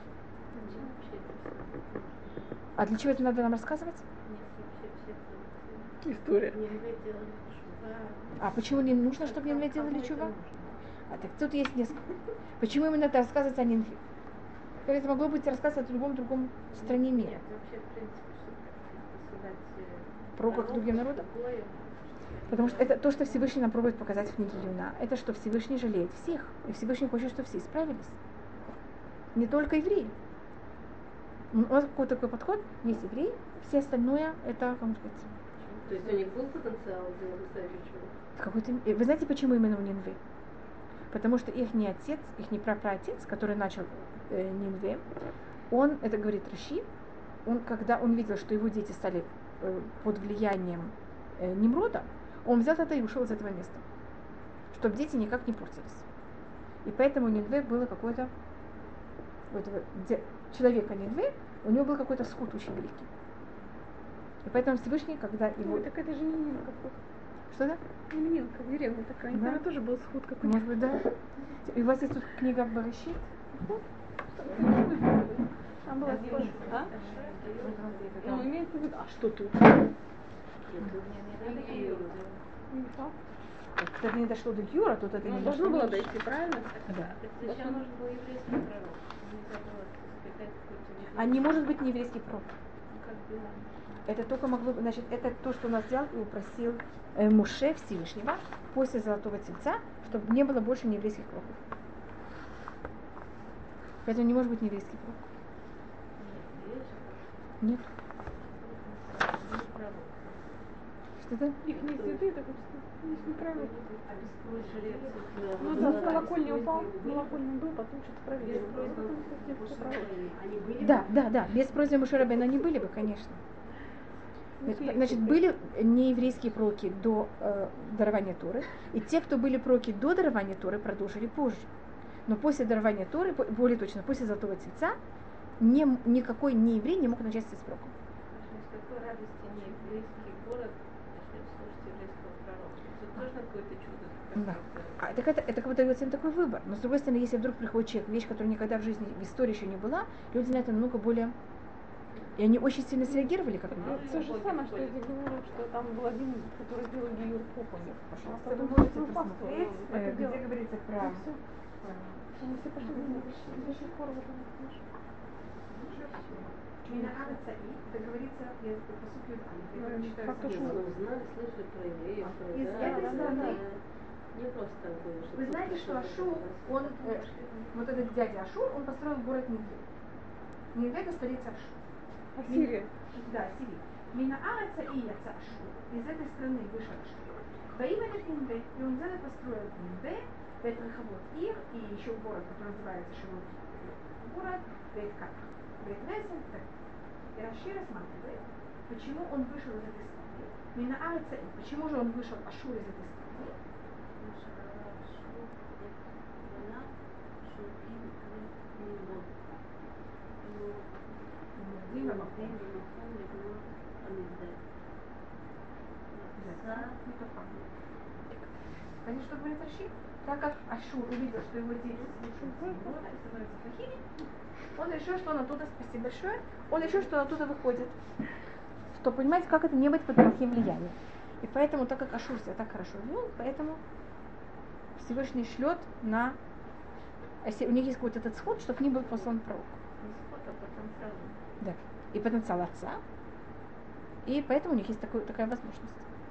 А для чего это надо нам рассказывать? История. А почему не нужно, чтобы Нинве делали чува? А так тут есть несколько. Почему именно это рассказывается о Нинве? Это могло быть рассказываться о другом стране мира. Нет, вообще, в принципе, что пророках другим народам? Потому что это то, что Всевышний нам пробует показать в книге Юна. Это что Всевышний жалеет всех. И Всевышний хочет, чтобы все исправились. Не только евреи. У нас какой такой подход, есть евреи, все остальное это, как можно сказать. То есть у них был потенциал для настоящего? Вы знаете, почему именно в Нинве? Потому что их не отец, их не прапраотец, который начал Нинве, он, это говорит Раши, когда он видел, что его дети стали под влиянием Нимрода, он взял это и ушел из этого места, чтобы дети никак не портились. И поэтому у Нинве было какое-то, у этого человека Нинве, у него был какой-то сход очень великий. И поэтому Всевышний, когда его... Так это же не Нинка. Что да? Нинка, деревня такая. Да? Там тоже был сход какой-то. Может быть, да. И у вас есть тут книга Барашит? Там была сход. А? Ну, имеется в виду... А что тут? Кстати, не дошло до Юра, тут это не должно было дойти, правильно? Да. Зачем нужен был еврейский пророк? А не может быть не еврейский пророк. Это только могло, значит, это то, что он нас взял и упросил Моше Всевышнего после Золотого Тельца, чтобы не было больше нееврейских пророков. Поэтому не может быть нееврейский пророк. Нет. Что это? Их не святые, так их не пророк. Ну да, с колокольни упал, колокольни был, потом что-то проверил. Да. Без просьбы Моше Рабейну они были бы, конечно. Значит, были нееврейские пророки до дарования Торы, и те, кто были пророки до дарования Торы, продолжили позже. Но после дарования Торы, более точно, после Золотого Тельца, никакой нееврей не мог начаться с пророком. С какой радости нееврейский город начнет слушать еврейского пророка? Это тоже какое-то чудо. Да. Так это как бы дается им такой выбор. Но с другой стороны, если вдруг приходит человек, вещь, которая никогда в жизни, в истории еще не была, люди на это намного более... И они очень сильно среагировали, как мы. То же самое, что я тебе говорю, что там был один, который сделал Гиюр Попами. Пожалуйста, вы можете посмотреть, где говорится про... Они все пошли до сих пор в этом. Это говорится, я по сути, Слышали про евреев, не просто так было. Вы знаете, что Ашур, он, вот этот дядя Ашур, он построил город Нинве. Нинве это столица Ашур. Сирия. Да, Сирия. Мина Араца и Яца Ашур. Из этой страны вышел Ашур. Поименно Нинве, и он взял и построил Нинве, Бет-Рахавот Ир, и еще город, который называется Шивот город, Бет-Кат. Бет-Ресен, и Раши рассматривает, почему он вышел из этой страны. Мина Араца и, почему же он вышел Ашур из этой страны? Конечно, что говорит Раши? Так как Ашур увидел, что его дети становятся плохими, он решил, что он оттуда, спасибо большое, он решил, что он оттуда выходит. Что, понимаете, как это не быть под плохим влиянием. И поэтому, так как Ашур себя так хорошо вел, поэтому Всевышний шлет на если у них есть какой-то этот сход, чтобы не был послан пророк. Не сход, а потенциал. Да. И потенциал отца. И поэтому у них есть такая возможность.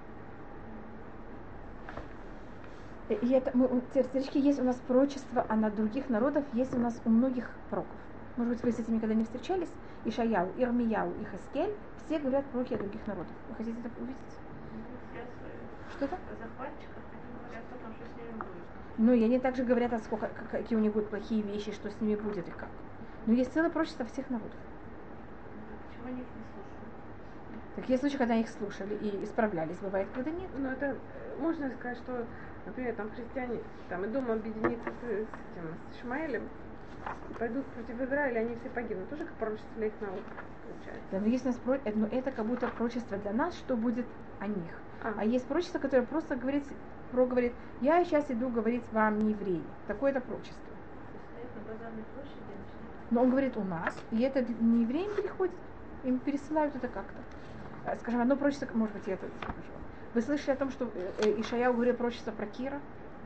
И это, теоретически есть у нас пророчество, а на других народов есть у нас у многих пророков. Может быть, вы с этим никогда не встречались? Ишаяу, Ирмияу и Хаскель, все говорят пророки о других народах. Вы хотите это увидеть? Что-то? О захватчиках они говорят о том, что с ними будет. Ну, и они также говорят, какие у них будут плохие вещи, что с ними будет и как. Но есть целое пророчество всех народов. Почему они их не слушают? Так есть случаи, когда их слушали и исправлялись, бывает, когда нет. Но это можно сказать, что, например, там христиане там и дома объединиться с Ишмаэлем, и пойдут против Израиля, они все погибнут. Тоже как пророчество для их народа получается. Да, но есть у нас но это как будто пророчество для нас, что будет о них. А есть пророчество, которое просто говорит, я сейчас иду говорить вам, не евреи. Такое-то пророчество. Стоят на базарной площади и начинают. Но он говорит у нас, и это не евреям переходит, им пересылают это как-то. Скажем, одно пророчество, может быть, я это скажу. Вы слышали о том, что Ишаяу говорил пророчество про Кира?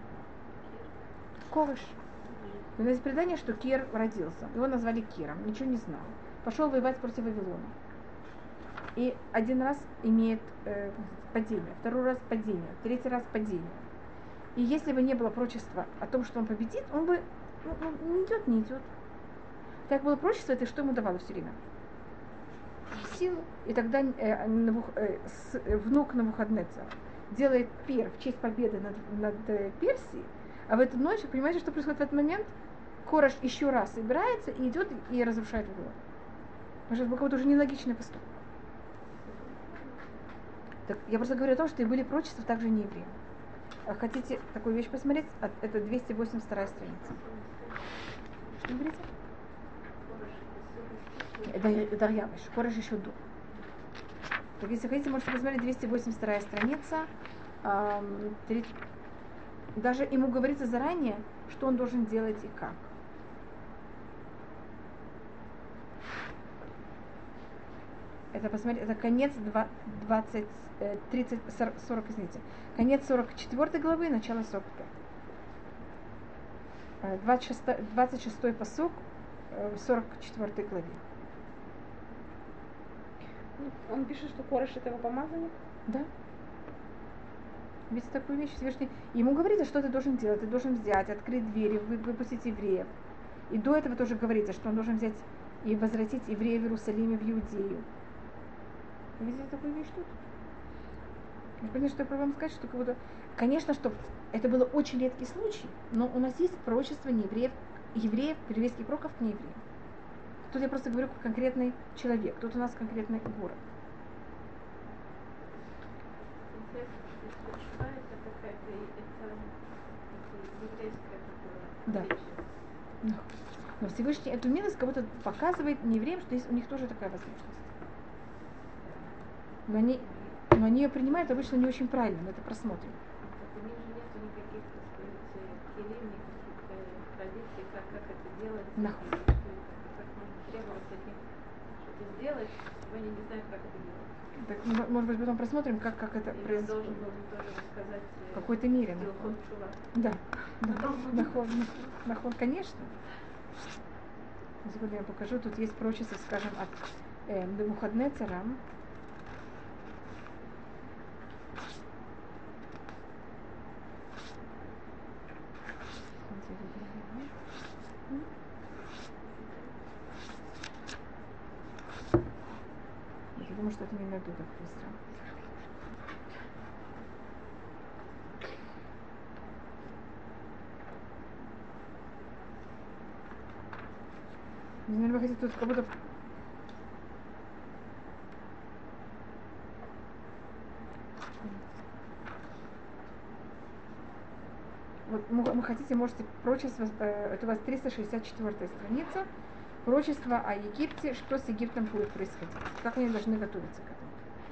Корыш. У нас есть предание, что Кир родился. Его назвали Киром, ничего не знал. Пошел воевать против Вавилона. И один раз имеет падение, второй раз падение, третий раз падение. И если бы не было пророчества о том, что он победит, он бы не идет. Так было пророчество, это что ему давало все время? Силу. И тогда внук Навуходоносора делает пир в честь победы над Персией, а в эту ночь, понимаете, что происходит в этот момент? Кораш еще раз собирается и идет и разрушает Вавилон. Потому что это был какой-то уже нелогичный поступок. Так, я просто говорю о том, что и были пророчества также не евреям. А хотите такую вещь посмотреть? Это 282 страница. Что говорите? Дарьявыш. Кореш еще до. Так, если хотите, можете посмотреть 282 страница. Даже ему говорится заранее, что он должен делать и как. Это, посмотрите, это конец 40, извините. Конец 44 главы, начало 45. 26 пасук в 44 главе. Он пишет, что Кореш это его помазанник? Да. Ведь такую вещь Всевышний. Ему говорится, что ты должен делать. Ты должен взять, открыть двери, выпустить евреев. И до этого тоже говорится, что он должен взять и возвратить евреев в Иерусалиме, в Иудею. Вы видите такую вещь тут? Я понимаю, что я пробую вам сказать, что как будто... Конечно, что это было очень редкий случай, но у нас есть пророчество неевреев, евреев, еврейских пророков к неевреям. Тут я просто говорю как конкретный человек, тут у нас конкретный город. Да. Но Всевышний эту милость как будто показывает неевреям, что есть у них тоже такая возможность. Но они ее принимают обычно не очень правильно, мы это просмотрим. У них же нет никаких, так сказать, келим, никаких традиций, как это делать. Как можно требовать от них что-то сделать, но они не знают, как это делать. Так, может быть, потом просмотрим, как это происходит. Должен был тоже рассказать в какой-то мере. Да. Нахон, конечно. Сегодня я покажу. Тут есть пророчество, скажем, от Навуходоносора. Я думаю, что это не найду так быстро. Не знаю, вы хотите тут как будто... Вот вы хотите, можете пророчество, это у вас 364 страница, пророчество о Египте, что с Египтом будет происходить, как они должны готовиться к этому.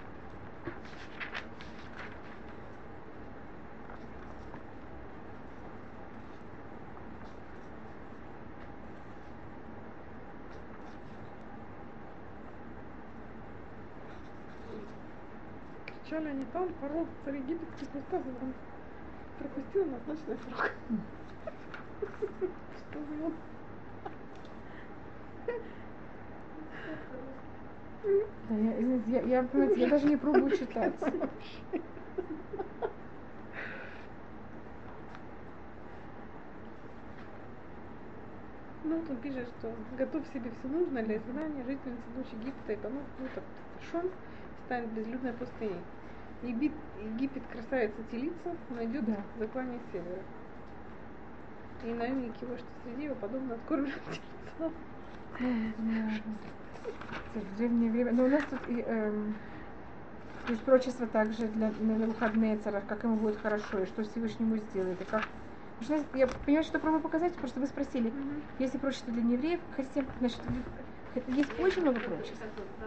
Кричали они там, фараон, царь египетский, просто пропустил назначенный срок. Что за он? понимаете, я даже не пробую читать. Ну, тут пишет, что готовь себе все нужное для изгнания жительницы дочь Египта, и Панов будет Шон станет безлюдной пустыней. Египет красавица телица найдет заклание севера. И наемник его, что среди его подобно откормленным телецам. В древнее время. Но у нас тут есть пророчество также для Навуходоносора, как ему будет хорошо, и что Всевышнему сделает, и как. Я понимаю, что пробую показать, просто вы спросили. Если пророчество для неевреев, христиан, значит, есть очень много пророчеств.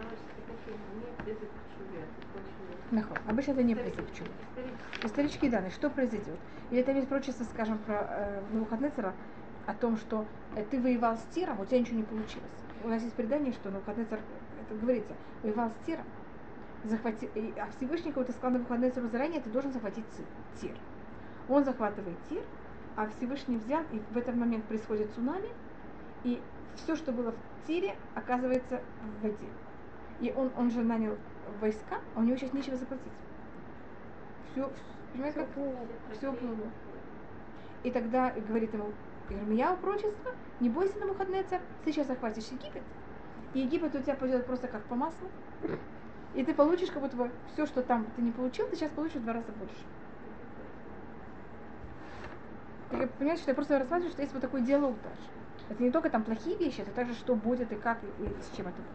Обычно это не призыв к чему. Исторические данные, что произойдет. Или там есть пророчество, скажем, про Навуходоносора, о том, что ты воевал с Тиром, у тебя ничего не получилось. У нас есть предание, что Навуходоносор, это говорится, воевал с Тиром, а Всевышний кого-то сказал Навуходоносору заранее, ты должен захватить Тир. Он захватывает Тир, а Всевышний взял, и в этот момент происходит цунами, и все, что было в Тире, оказывается в воде. И он же нанял войска, а у него сейчас нечего заплатить. Все, понимаете, как? Все уплыло. И тогда говорит ему Ирмияу пророчество, не бойся, Навуходоносор, ты сейчас захватишь Египет, и Египет у тебя пойдет просто как по маслу, и ты получишь как будто бы все, что там ты не получил, ты сейчас получишь в 2 раза больше. Я понимаю, что я просто рассматриваю, что есть вот такой диалог даже. Это не только там плохие вещи, это также что будет и как, и с чем это будет.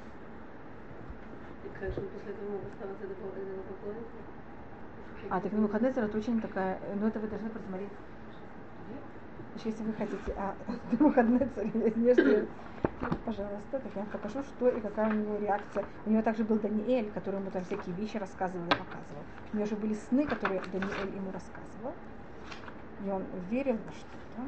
И как же после этого мог оставаться до поклонника? Так Навуходоносор это очень такая, ну это вы должны просмотреть. Значит, если вы хотите Навуходоносоре нежели, пожалуйста, так я вам покажу, что и какая у него реакция. У него также был Даниэль, который ему там всякие вещи рассказывал и показывал. У него же были сны, которые Даниэль ему рассказывал. И он верил во что-то.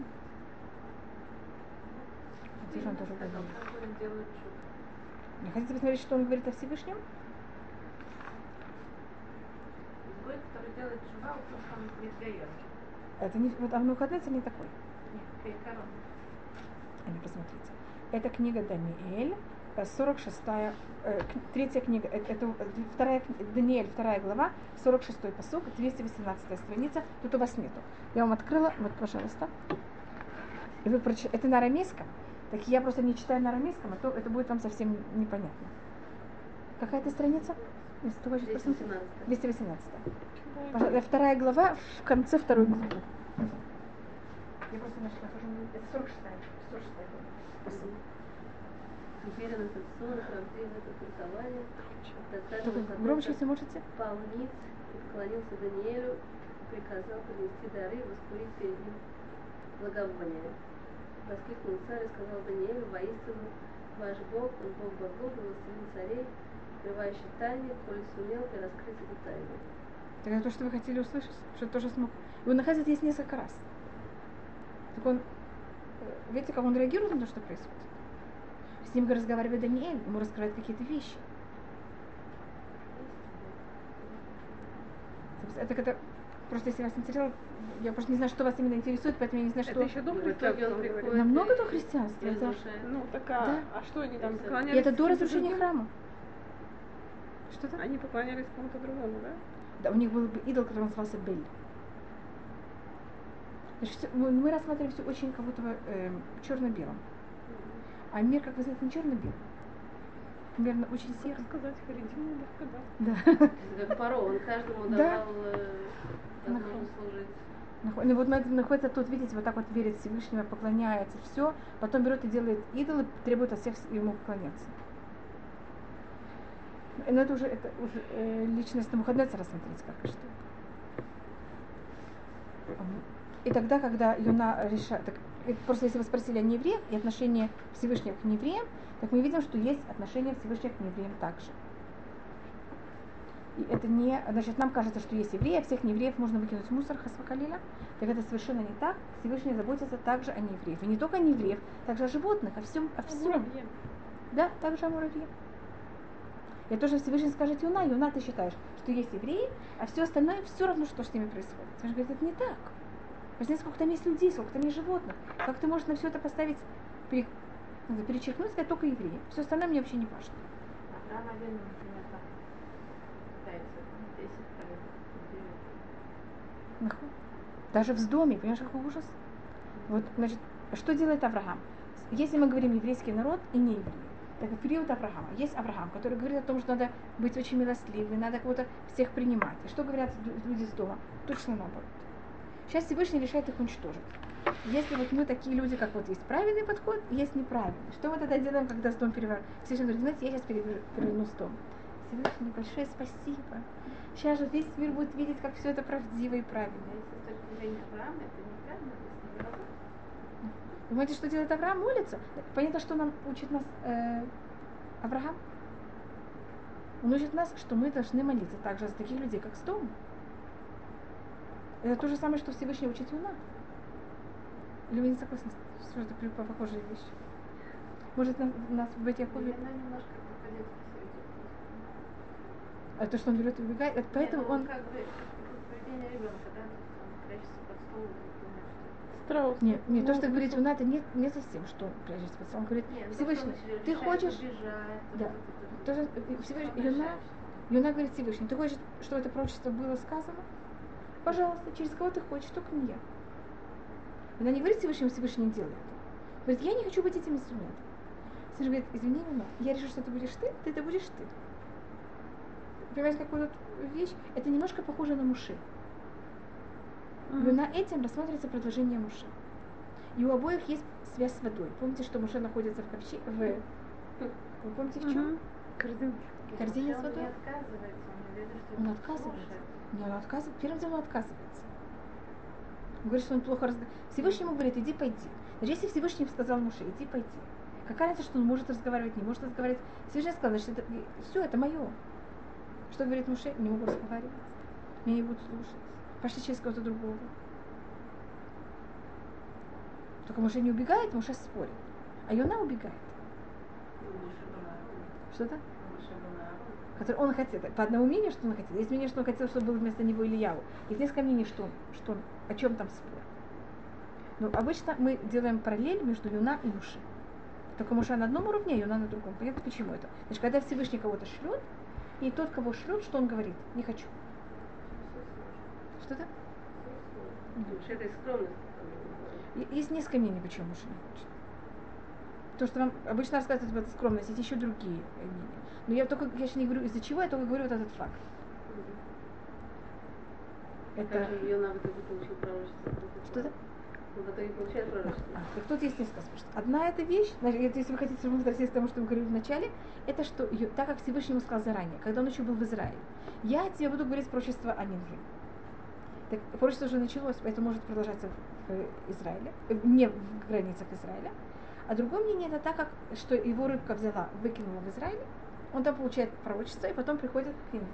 Здесь он тоже говорит. Не хотите посмотреть, что он говорит о Всевышнем? Изгой, который делает чува, он не сдает. Это не, вот Навуходоносор не такой. Нет, корона. Посмотрите. Это книга Даниэль, 46-я, 3-я книга, это Даниэль, 2 глава, 46-й пасук, 218-я страница, тут у вас нету. Я вам открыла, вот, пожалуйста. И вы это на арамейском, так я просто не читаю на арамейском, а то это будет вам совсем непонятно. Какая это страница? 218. 2 глава, в конце 2 главы. Я просто нашла, это 46-я глава. Уверен, этот сон, правдивый, это толкование. Только громче, если можете. Пал ниц и поклонился Даниэлю, приказал принести дары и воскурить перед ним благовоние. Воскликнул царь и сказал Даниэлю: воистину, ваш Бог, он Бог богов, властелин царей, открывающий тайны, коли сумел и раскрыть эту тайну. Так это то, что вы хотели услышать, что тоже смог. И он находится здесь несколько раз. Так он, видите, как он реагирует на то, что происходит? С ним разговаривает Даниэль, ему раскрывают какие-то вещи. Это просто если вас интересовало, я просто не знаю, что вас именно интересует, поэтому я не знаю, что... Это еще до христианства. Намного до христианства. Это... Ну, так а что они там поклонялись? И это до разрушения храма. Что-то? Они поклонялись кому-то другому, да? Да, у них был идол, который назывался Бель. Значит, мы рассматриваем все очень как будто бы черно-белым. А мир, как вы знаете, не черно-белый. Примерно очень серый. Как сказать, Харидим, да. Как Паро, он каждому давал возможность служить. Ну вот находится тут, видите, вот так вот верит Всевышнего, поклоняется, все, потом берет и делает идолы, требует от всех ему поклоняться. Но это уже личность Навуходоносора рассмотреть, как и что. И тогда, когда Йона решает, просто если вы спросили о неевреях и отношение Всевышнего к неевреям, так мы видим, что есть отношение Всевышнего к неевреям также. И это не, значит, нам кажется, что есть евреи, а всех неевреев можно выкинуть в мусор, хасвакалиля. Так это совершенно не так. Всевышний заботится также о неевреях. И не только о неевреев, также о животных, о всем. Да, также о муравье. И тоже Всевышний скажет Йона, ты считаешь, что есть евреи, а все остальное все равно, что с ними происходит. Всевышний говорит, это не так. Посмотрите, сколько там есть людей, сколько там есть животных. Как ты можешь на все это поставить, перечеркнуть, сказать только евреи. Все остальное мне вообще не важно. Даже в доме, понимаешь, какой ужас? Вот, значит, что делает Авраам? Если мы говорим еврейский народ и не евреи, так в период Авраама есть Авраам, который говорит о том, что надо быть очень милостливым, надо кого-то всех принимать. И что говорят люди с дома? Точно наоборот. Сейчас Всевышний решает их уничтожить. Если вот мы такие люди, как вот есть правильный подход, есть неправильный. Что мы тогда делаем, когда с дом переворачиваем? Всевышний говорит, знаете, я сейчас переверну с дом. Всевышний, большое спасибо. Сейчас же весь мир будет видеть, как все это правдиво и правильно. Если с точки зрения Авраама, это неправильно, то есть не работает. Вы понимаете, что делает Авраам? Молится. Понятно, что нам учит нас Авраам. Он учит нас, что мы должны молиться также за таких людей, как с домом. Это то же самое, что Всевышний учит Юна. Или вы не согласны, что это похожая вещь? Может, нас в Бет-Якове... Она немножко по-детски все идет. А то, что он берет и убегает, это поэтому он... Как бы поведение ребенка, да? Он прячется под стол и думает, что... Страус. Нет, не то, что говорит Юна, это не совсем, что он прячется под стол. Он говорит, Всевышний, ты хочешь... Да. Тоже Всевышний, Юна говорит Всевышний, ты хочешь, чтобы это пророчество было сказано? Пожалуйста, через кого ты хочешь, только не я. Она не говорит Всевышний не делает это. Говорит, я не хочу быть этим инструментом. Всевышний говорит, извини, Юна, я решил, что это будешь ты это будешь ты. Понимаете, какую вот вещь? Это немножко похоже на Муше. Юна этим рассматривается продолжение Муше. И у обоих есть связь с водой. Помните, что Муше находится в ковчеге? Вы помните в чем? Корзине с водой. Он отказывается. Не, он отказывается. Первым делом он отказывается. Он говорит, что он плохо разговаривает. Всевышний ему говорит, иди пойди. Значит, если Всевышний сказал Муше, иди пойди. Какая разница, что он может разговаривать, не может разговаривать. Всевышний сказал, значит, это, все, это мое. Что говорит Муше? Не могу разговаривать. Меня не будут слушать. Пошли через кого-то другого. Только Муше не убегает, Муше спорит. А Йона убегает. Что-то? Который он хотел. По одному мнению, что он хотел. Есть мнение, что он хотел, чтобы был вместо него Ильяу. Есть несколько мнений, что он, о чем там спор. Но обычно мы делаем параллель между Юна и Муше. Только Муше на одном уровне, а Юна на другом. Понятно, почему это? Значит, когда Всевышний кого-то шлет, и тот, кого шлет, что он говорит? Не хочу. Что-то? Это скромность. Есть несколько мнений, почему Муше не хочет. То, что вам обычно рассказывают об этой скромности, есть еще другие мнения. Но я еще не говорю из-за чего, я только говорю вот этот факт. Это... Йона в итоге получил пророчество. Что-то? В итоге получает пророчество. Так тут есть несколько способов. Одна эта вещь, если вы хотите, чтобы мы возвратились к тому, что мы говорили в начале, это что, так как Всевышний ему сказал заранее, когда он еще был в Израиле, я тебе буду говорить пророчество о Нинве. Так пророчество уже началось, поэтому может продолжаться в Израиле, не в границах Израиля. А другое мнение это так, как, что его рыбка взяла, выкинула в Израиле, он там получает пророчество, и потом приходит к Нинве.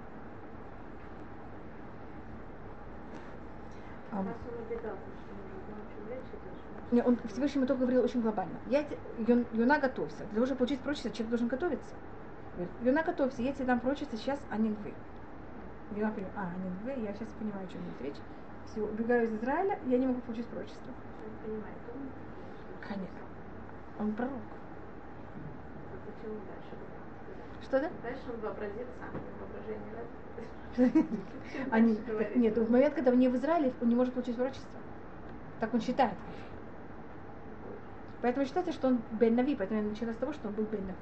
Не, он Всевышнему только говорил очень глобально. Юна, готовься. Для того, чтобы получить пророчество, человек должен готовиться. Юна, готовься, я тебе дам пророчество сейчас о Нинве. Юна понимает, Нинве, я сейчас понимаю, о чем идет речь. Все, убегаю из Израиля, я не могу получить пророчество. Он понимает, конечно. Он пророк. Почему дальше? Что да? Дальше он вообразит сам, воображение. Нет, в момент, когда он не в Израиле, он не может получить пророчество. Так он считает. Поэтому считается, что он Бен Нави, поэтому я начала с того, что он был Бен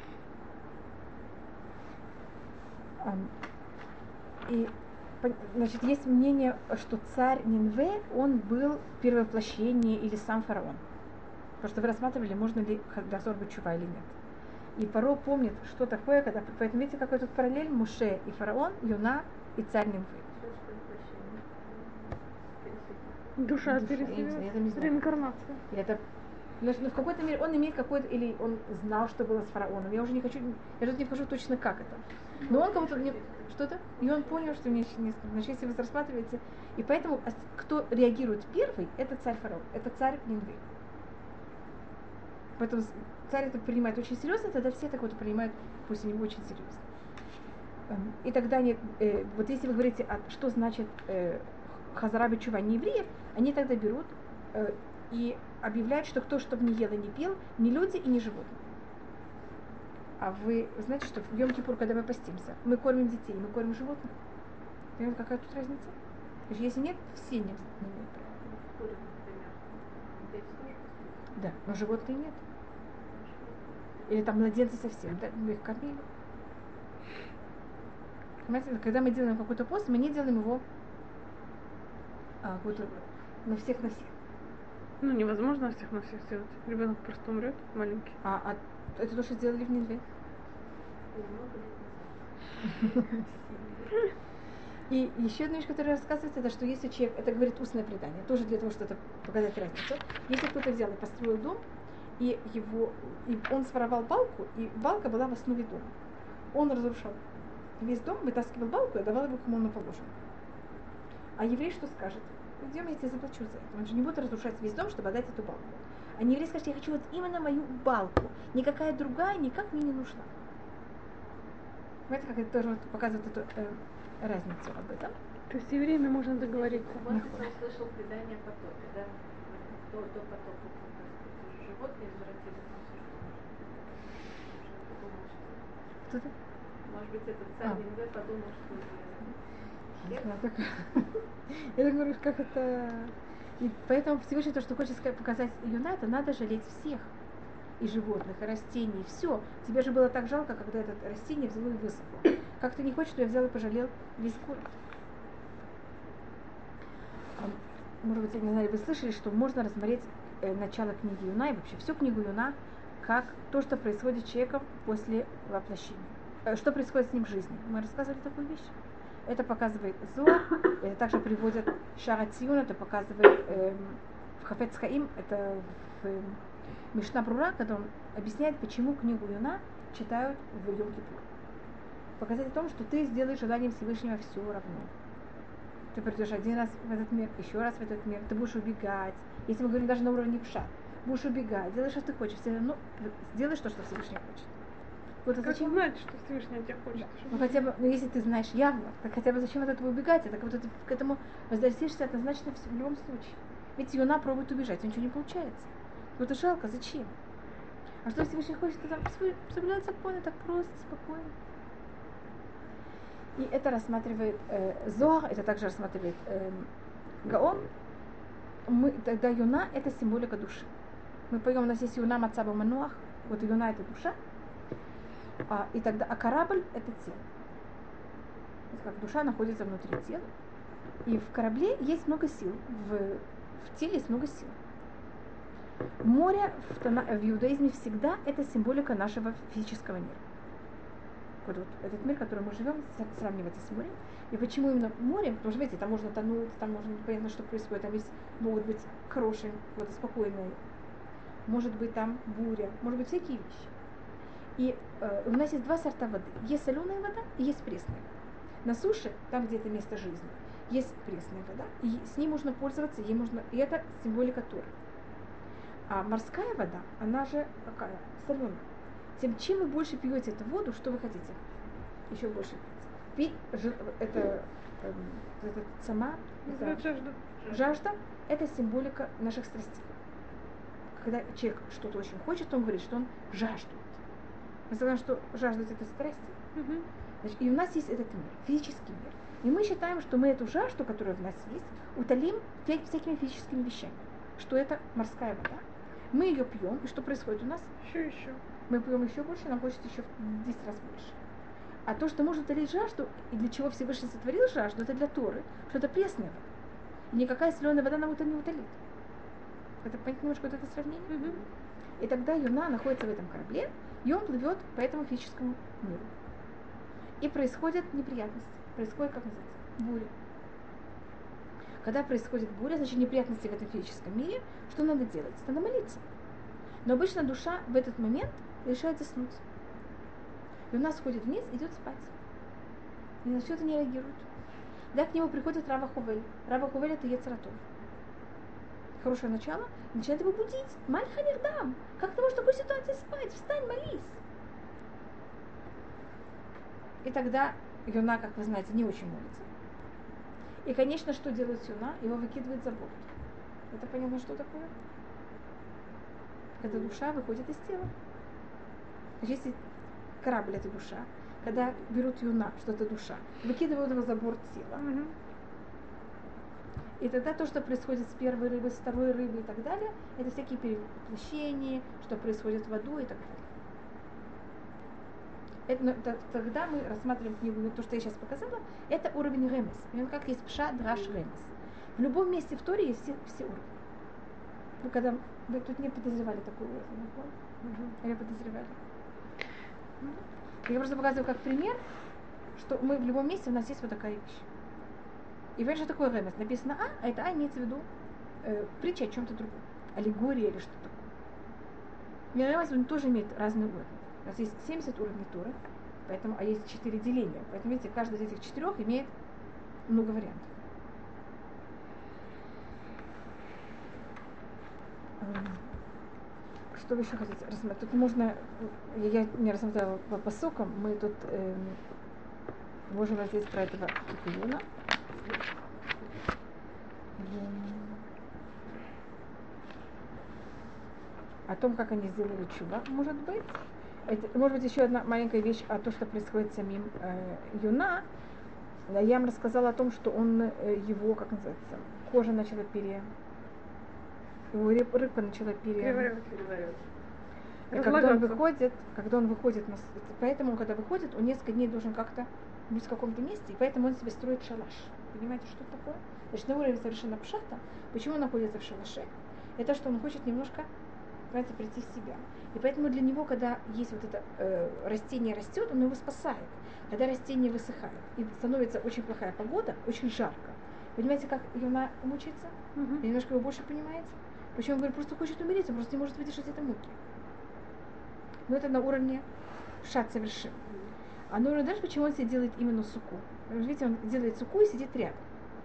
Нави. И, значит, есть мнение, что царь Нинве, он был первовоплощение или сам фараон. Потому что вы рассматривали, можно ли Хадасор быть чува или нет. И Фаро помнит, что такое, когда... Поэтому видите, какой тут параллель? Муше и фараон, Юна и царь Нинве. Душа переселилась. Реинкарнация. Но в какой-то мере он имеет какой-то, или он знал, что было с фараоном. Я уже не хочу, я тут не вхожу точно как это. Но он кого-то что-то, и он понял, что не значит, если вы рассматриваете, и поэтому кто реагирует первый, это царь фараон, это царь Нинве. Поэтому царь это принимает очень серьезно, тогда все так вот принимают, пусть и не очень серьезно. И тогда вот если вы говорите, что значит Хазара бечува не евреев, они тогда берут и объявляют, что кто чтобы не ел и не пил, не люди и не животные. А вы знаете, что в Йом-Кипур, когда мы постимся, мы кормим детей, мы кормим животных. Понимаете, какая тут разница? Если нет, все не имеют права. Куры, например. Здесь тоже пустые. Да, но животные нет. Или там младенцы совсем, да, мы их кормили. Понимаете, когда мы делаем какой-то пост, мы не делаем его на всех. Ну, невозможно всех на всех сделать. Ребенок просто умрет, маленький. А это то, что сделали в Нинве. И еще одна вещь, которая рассказывается, это что если человек, это говорит устное предание, тоже для того, чтобы показать разницу. Если кто-то взял и построил дом, и он своровал балку, и балка была в основе дома. Он разрушал весь дом, вытаскивал балку и отдавал его кому он положен. А еврей что скажет? Идем, я тебе заплачу за это. Он же не будет разрушать весь дом, чтобы отдать эту балку. А еврей скажет, я хочу вот именно мою балку. Никакая другая никак мне не нужна. Понимаете, как это тоже показывает эту разницу об этом. То есть с евреями можно договориться. Может быть, он слышал предание о потопе, да? До потопа. Животные извратили все, что Кто-то? может быть, этот царь Нинве подумал, что я говорю, как это... И поэтому Всевышний то, что хочет показать Юна, это надо жалеть всех. И животных, и растений, и все. Тебе же было так жалко, когда это растение взяло и высохло. Как ты не хочешь, что я взял и пожалел весь город. Может быть, я не знаю, вы слышали, что можно рассмотреть начало книги Юна и вообще всю книгу Юна, как то, что происходит с человеком после воплощения. Что происходит с ним в жизни. Мы рассказывали такую вещь. Это показывает Зоар, это также приводит Шара Цион, это показывает в Хафец Хаим, это в Мишна Брура, когда он объясняет, почему книгу Юна читают в Йом-Кипур. Показать о том, что ты сделаешь желанием Всевышнего все равно. Ты придешь один раз в этот мир, еще раз в этот мир, ты будешь убегать. Если мы говорим даже на уровне пша, будешь убегать, делаешь, что ты хочешь, все равно сделаешь то, что Всевышний хочет. Вот как зачем знать, что Всевышний от тебя хочет? Ну хотя бы, если ты знаешь явно, так хотя бы зачем от этого убегать? Это как будто ты к этому возвратишься однозначно в любом случае. Ведь Юна пробует убежать, ничего не получается. Вот это жалко, зачем? А что Всевышний хочет, то там соблюдать законы так просто, спокойно. И это рассматривает Зоар, это также рассматривает Гаон. Тогда Юна это символика души. Мы поем, у нас есть Юна Мацаба Мануах, вот Юна это душа. И тогда, корабль это тело. Как душа находится внутри тела. И в корабле есть много сил. В теле есть много сил. Море в иудаизме всегда это символика нашего физического мира. Вот этот мир, в котором мы живем, сравнивается с морем. И почему именно море? Потому что, видите, там можно тонуть, там можно непонятно, что происходит. Там есть, могут быть хорошие, вот, спокойные. Может быть там буря, может быть всякие вещи. И у нас есть два сорта воды. Есть соленая вода и есть пресная. На суше, там, где это место жизни, есть пресная вода. И с ней можно пользоваться, ей можно, и это символика Торы. А морская вода, она же какая? Соленая. Чем вы больше пьете эту воду, что вы хотите? Еще больше пить. Это сама жажда, это символика наших страстей. Когда человек что-то очень хочет, он говорит, что он жаждет. Мы знаем, что жаждать это страсти. Значит, и у нас есть этот мир, физический мир. И мы считаем, что мы эту жажду, которая в нас есть, утолим всякими физическими вещами. Что это морская вода. Мы ее пьем, и что происходит у нас? Еще. Мы пьем еще больше, нам хочется еще в 10 раз больше. А то, что может утолить жажду, и для чего Всевышний сотворил жажду, это для Торы, что это пресная вода. И никакая соленая вода нам это не утолит. Это понять немножко вот это сравнение? И тогда Юна находится в этом корабле, и он плывет по этому физическому миру. И происходят неприятности. Происходит, как называется, буря. Когда происходит буря, значит неприятности в этом физическом мире, что надо делать? Надо молиться. Но обычно душа в этот момент решает заснуть. И у нас сходит вниз, идет спать. И на все это не реагирует. Да, к нему приходит Рава Хувель. Рава Хувель это Йецер ха-Тов. Хорошее начало, начинает его будить. Мальха нирдам. Как ты можешь в такой ситуации спать? Встань, молись. И тогда Юна, как вы знаете, не очень молится. И, конечно, что делает Юна? Его выкидывает за борт. Это понятно, что такое? Когда душа выходит из тела. Значит, если корабль это душа, когда берут Юна, что это душа, выкидывают его за борт тела, И тогда то, что происходит с первой рыбой, с второй рыбой и так далее, это всякие перевоплощения, что происходит в аду и так далее. Тогда мы рассматриваем книгу, то, что я сейчас показала, это уровень ремес. Именно как есть пша, драш, ремес. В любом месте в Торе есть все уровни. Ну, когда вы тут не подозревали такой уровень, или подозревали? Я просто показываю как пример, что мы в любом месте, у нас есть вот такая вещь. И понимаешь, что такое ремес? Написано а это имеется в виду притча о чем-то другом. Аллегория или что-то такое. Ремес, он тоже имеет разные уровни. У нас есть 70 уровней Торы, поэтому, а есть 4 деления. Поэтому, видите, каждый из этих 4 имеет много вариантов. Что вы еще хотите рассмотреть? Тут можно, я не рассмотрела по сокам, мы тут можем рассмотреть про этого Кипиона. О том, как они сделали чува, может быть. Это, может быть, еще одна маленькая вещь о том, что происходит с самим Юна. Я вам рассказала о том, что он его, как называется, кожа начала его рыбка начала переваривать. И когда он выходит, поэтому, когда выходит, он несколько дней должен как-то быть в каком-то месте, и поэтому он себе строит шалаш. Понимаете, что это такое? Значит, на уровне совершенно пшата, почему он находится в шалаше? Это что он хочет немножко, понимаете, прийти в себя. И поэтому для него, когда есть вот это растение растет, он его спасает. Когда растение высыхает и становится очень плохая погода, очень жарко. Понимаете, как Юна мучается? И немножко его больше понимаете? Почему он говорит, просто хочет умереть, он просто не может выдержать это муки. Но это на уровне шат совершенно. А на уровне дальше, почему он себе делает именно суку? Видите, он делает суку и сидит рядом.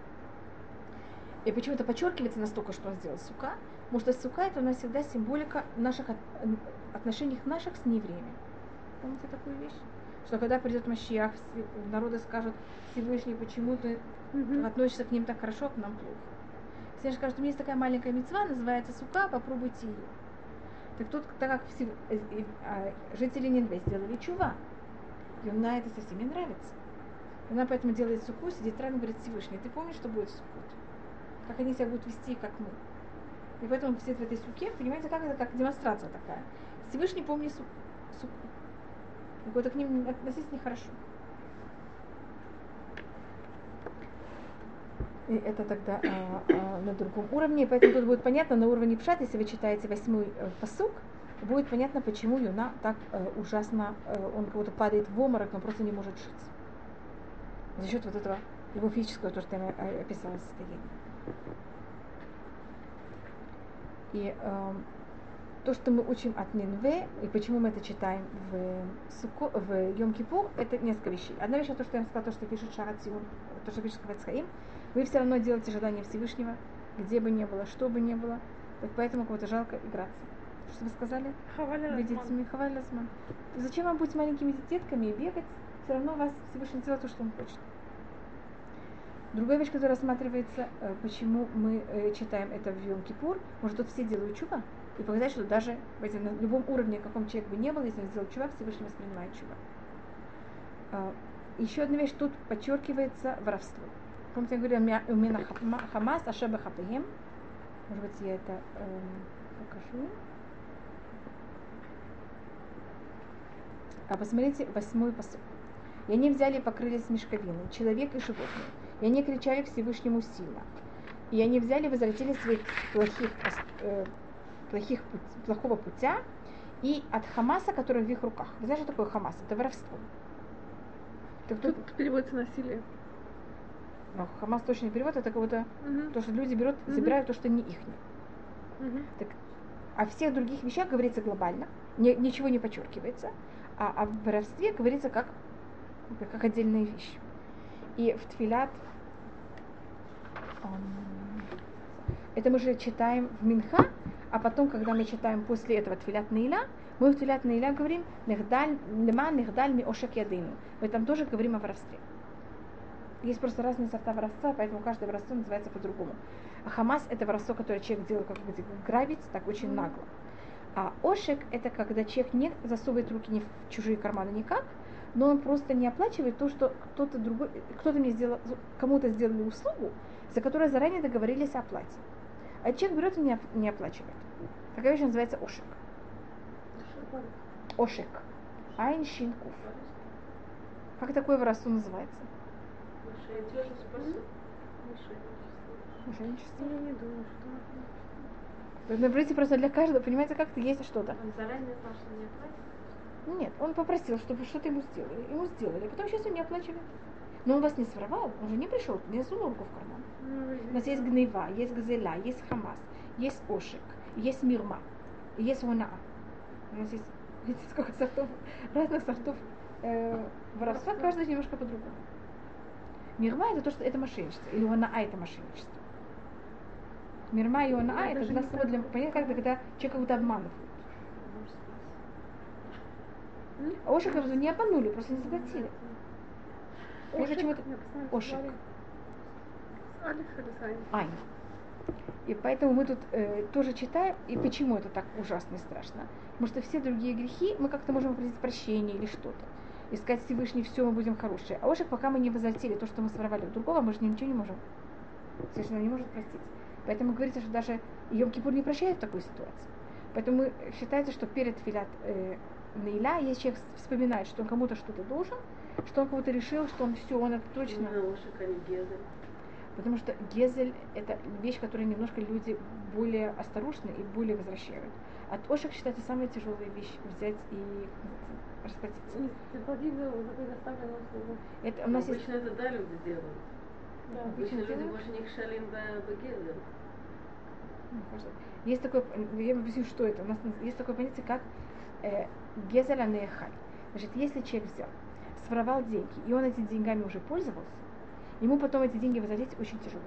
И почему-то подчеркивается настолько, что он сделал сука, потому что сука это у нас всегда символика наших отношений наших с неевреями. Помните такую вещь? Что когда придет Машиах, народы скажут, Всевышний, почему ты относишься к ним так хорошо, а к нам плохо. Все скажут, у меня есть такая маленькая мицва, называется сука, попробуйте ее. Так тут, так как жители Нинве сделали чува, Юна это совсем не нравится. Она поэтому делает суку, сидит рядом и говорит, Всевышний, ты помнишь, что будет в суккот? Как они себя будут вести, как мы. И поэтому все в этой суке, понимаете, как это, как демонстрация такая. Всевышний помнит суку. Какой-то к ним относиться нехорошо. И это тогда на другом уровне. Поэтому тут будет понятно, на уровне пшат, если вы читаете 8-й пасук, будет понятно, почему Юна так ужасно, он как будто падает в обморок, но просто не может жить. За счет вот этого его физического, то, что я описала состояние. И то, что мы учим от Нинве, и почему мы это читаем в Йом-Кипур, это несколько вещей. Одна вещь, то, что я вам сказала, то, что пишет Шаар ха-Цион, то, что пишет Хафец Хаим, вы все равно делаете желание Всевышнего, где бы ни было, что бы ни было. Так поэтому кого-то жалко играться. Что вы сказали? Хаваль Азман. Зачем вам быть маленькими детками и бегать? Все равно вас Всевышний делает то, что он хочет. Другая вещь, которая рассматривается, почему мы читаем это в Йом-Кипур, может, тут все делают чува, и показать, что даже на любом уровне, каком человек бы не был, если он сделал чува, Всевышний воспринимает чува. Еще одна вещь, тут подчеркивается воровство. Помните, я говорила, у меня хамас, ашеба хапаем. Может быть, я это покажу. А посмотрите, 8-й пасук. И они взяли и покрылись мешковиной, человек и животные. И они кричали Всевышнему сильно. И они взяли и возвратились в своих плохого путя и от Хамаса, который в их руках. Вы знаете, что такое Хамас? Это воровство. Тут переводится насилие. Но Хамас точно не перевод, это кого-то то, что люди берут, забирают то, что не их. Так, о всех других вещах говорится глобально, ничего не подчеркивается, а о воровстве говорится как отдельная вещь. И в Тфилат, это мы же читаем в Минха, а потом, когда мы читаем после этого Тфилат Нейля, мы в Тфилат Нейля говорим «Лема нехдаль ми ошек ядыну». Мы там тоже говорим о воровстве. Есть просто разные сорта воровства, поэтому каждое воровство называется по-другому. А хамас – это воровство, которое человек делает, как грабить, так очень нагло. А ошек – это когда человек не засовывает руки ни в чужие карманы никак, но он просто не оплачивает то, что кто-то другой, кому-то сделали услугу, за которые заранее договорились о оплате. А человек берет и не оплачивает. Такая вещь называется ошек. Ошек. Айн шин куф. Как такое воровство называется? Мошенничество. Я не думаю, что... Напротив, просто для каждого, понимаете, как-то есть что-то. Он заранее знал, что не оплатит? Нет, он попросил, чтобы что-то ему сделали. Ему сделали, а потом сейчас он не оплачивает. Но он вас не своровал, он же не пришел, не сунул руку в карман. У нас есть гнева, есть газеля, есть хамас, есть ошек, есть мирма, есть вона. У нас есть, видите, сколько сортов, разных сортов воровства, каждый немножко по-другому. Мирма это то, что это мошенничество, или вона это мошенничество. Мирма и вона это для слова, для понятия, когда человек как будто обманывает. А ошек не обманули, просто не заплатили. Ошек. Айн. И поэтому мы тут тоже читаем, и почему это так ужасно и страшно. Потому что все другие грехи мы как-то можем попросить прощения или что-то. Искать Всевышний, все, мы будем хорошие. А ошек, пока мы не возвратили то, что мы своровали у другого, мы же ничего не можем. Совершенно не может простить. Поэтому говорится, что даже Йом-Кипур не прощает в такой ситуации. Поэтому считается, что перед филат Нейля, если человек вспоминает, что он кому-то что-то должен, что он кого-то решил, что он все, он это точно. Потому что гезель это вещь, которую немножко люди более осторожны и более возвращают. От ошек считается самая тяжелая вещь взять и расплатиться. Это у нас обычно есть... это да, люди делают. Да, обычно люди больше не кшалим бегезель. Есть такое, я объясню, что это. У нас есть такое понятие, как гезель анехаль. Значит, если человек взял, своровал деньги, и он этими деньгами уже пользовался, ему потом эти деньги возвратить очень тяжело.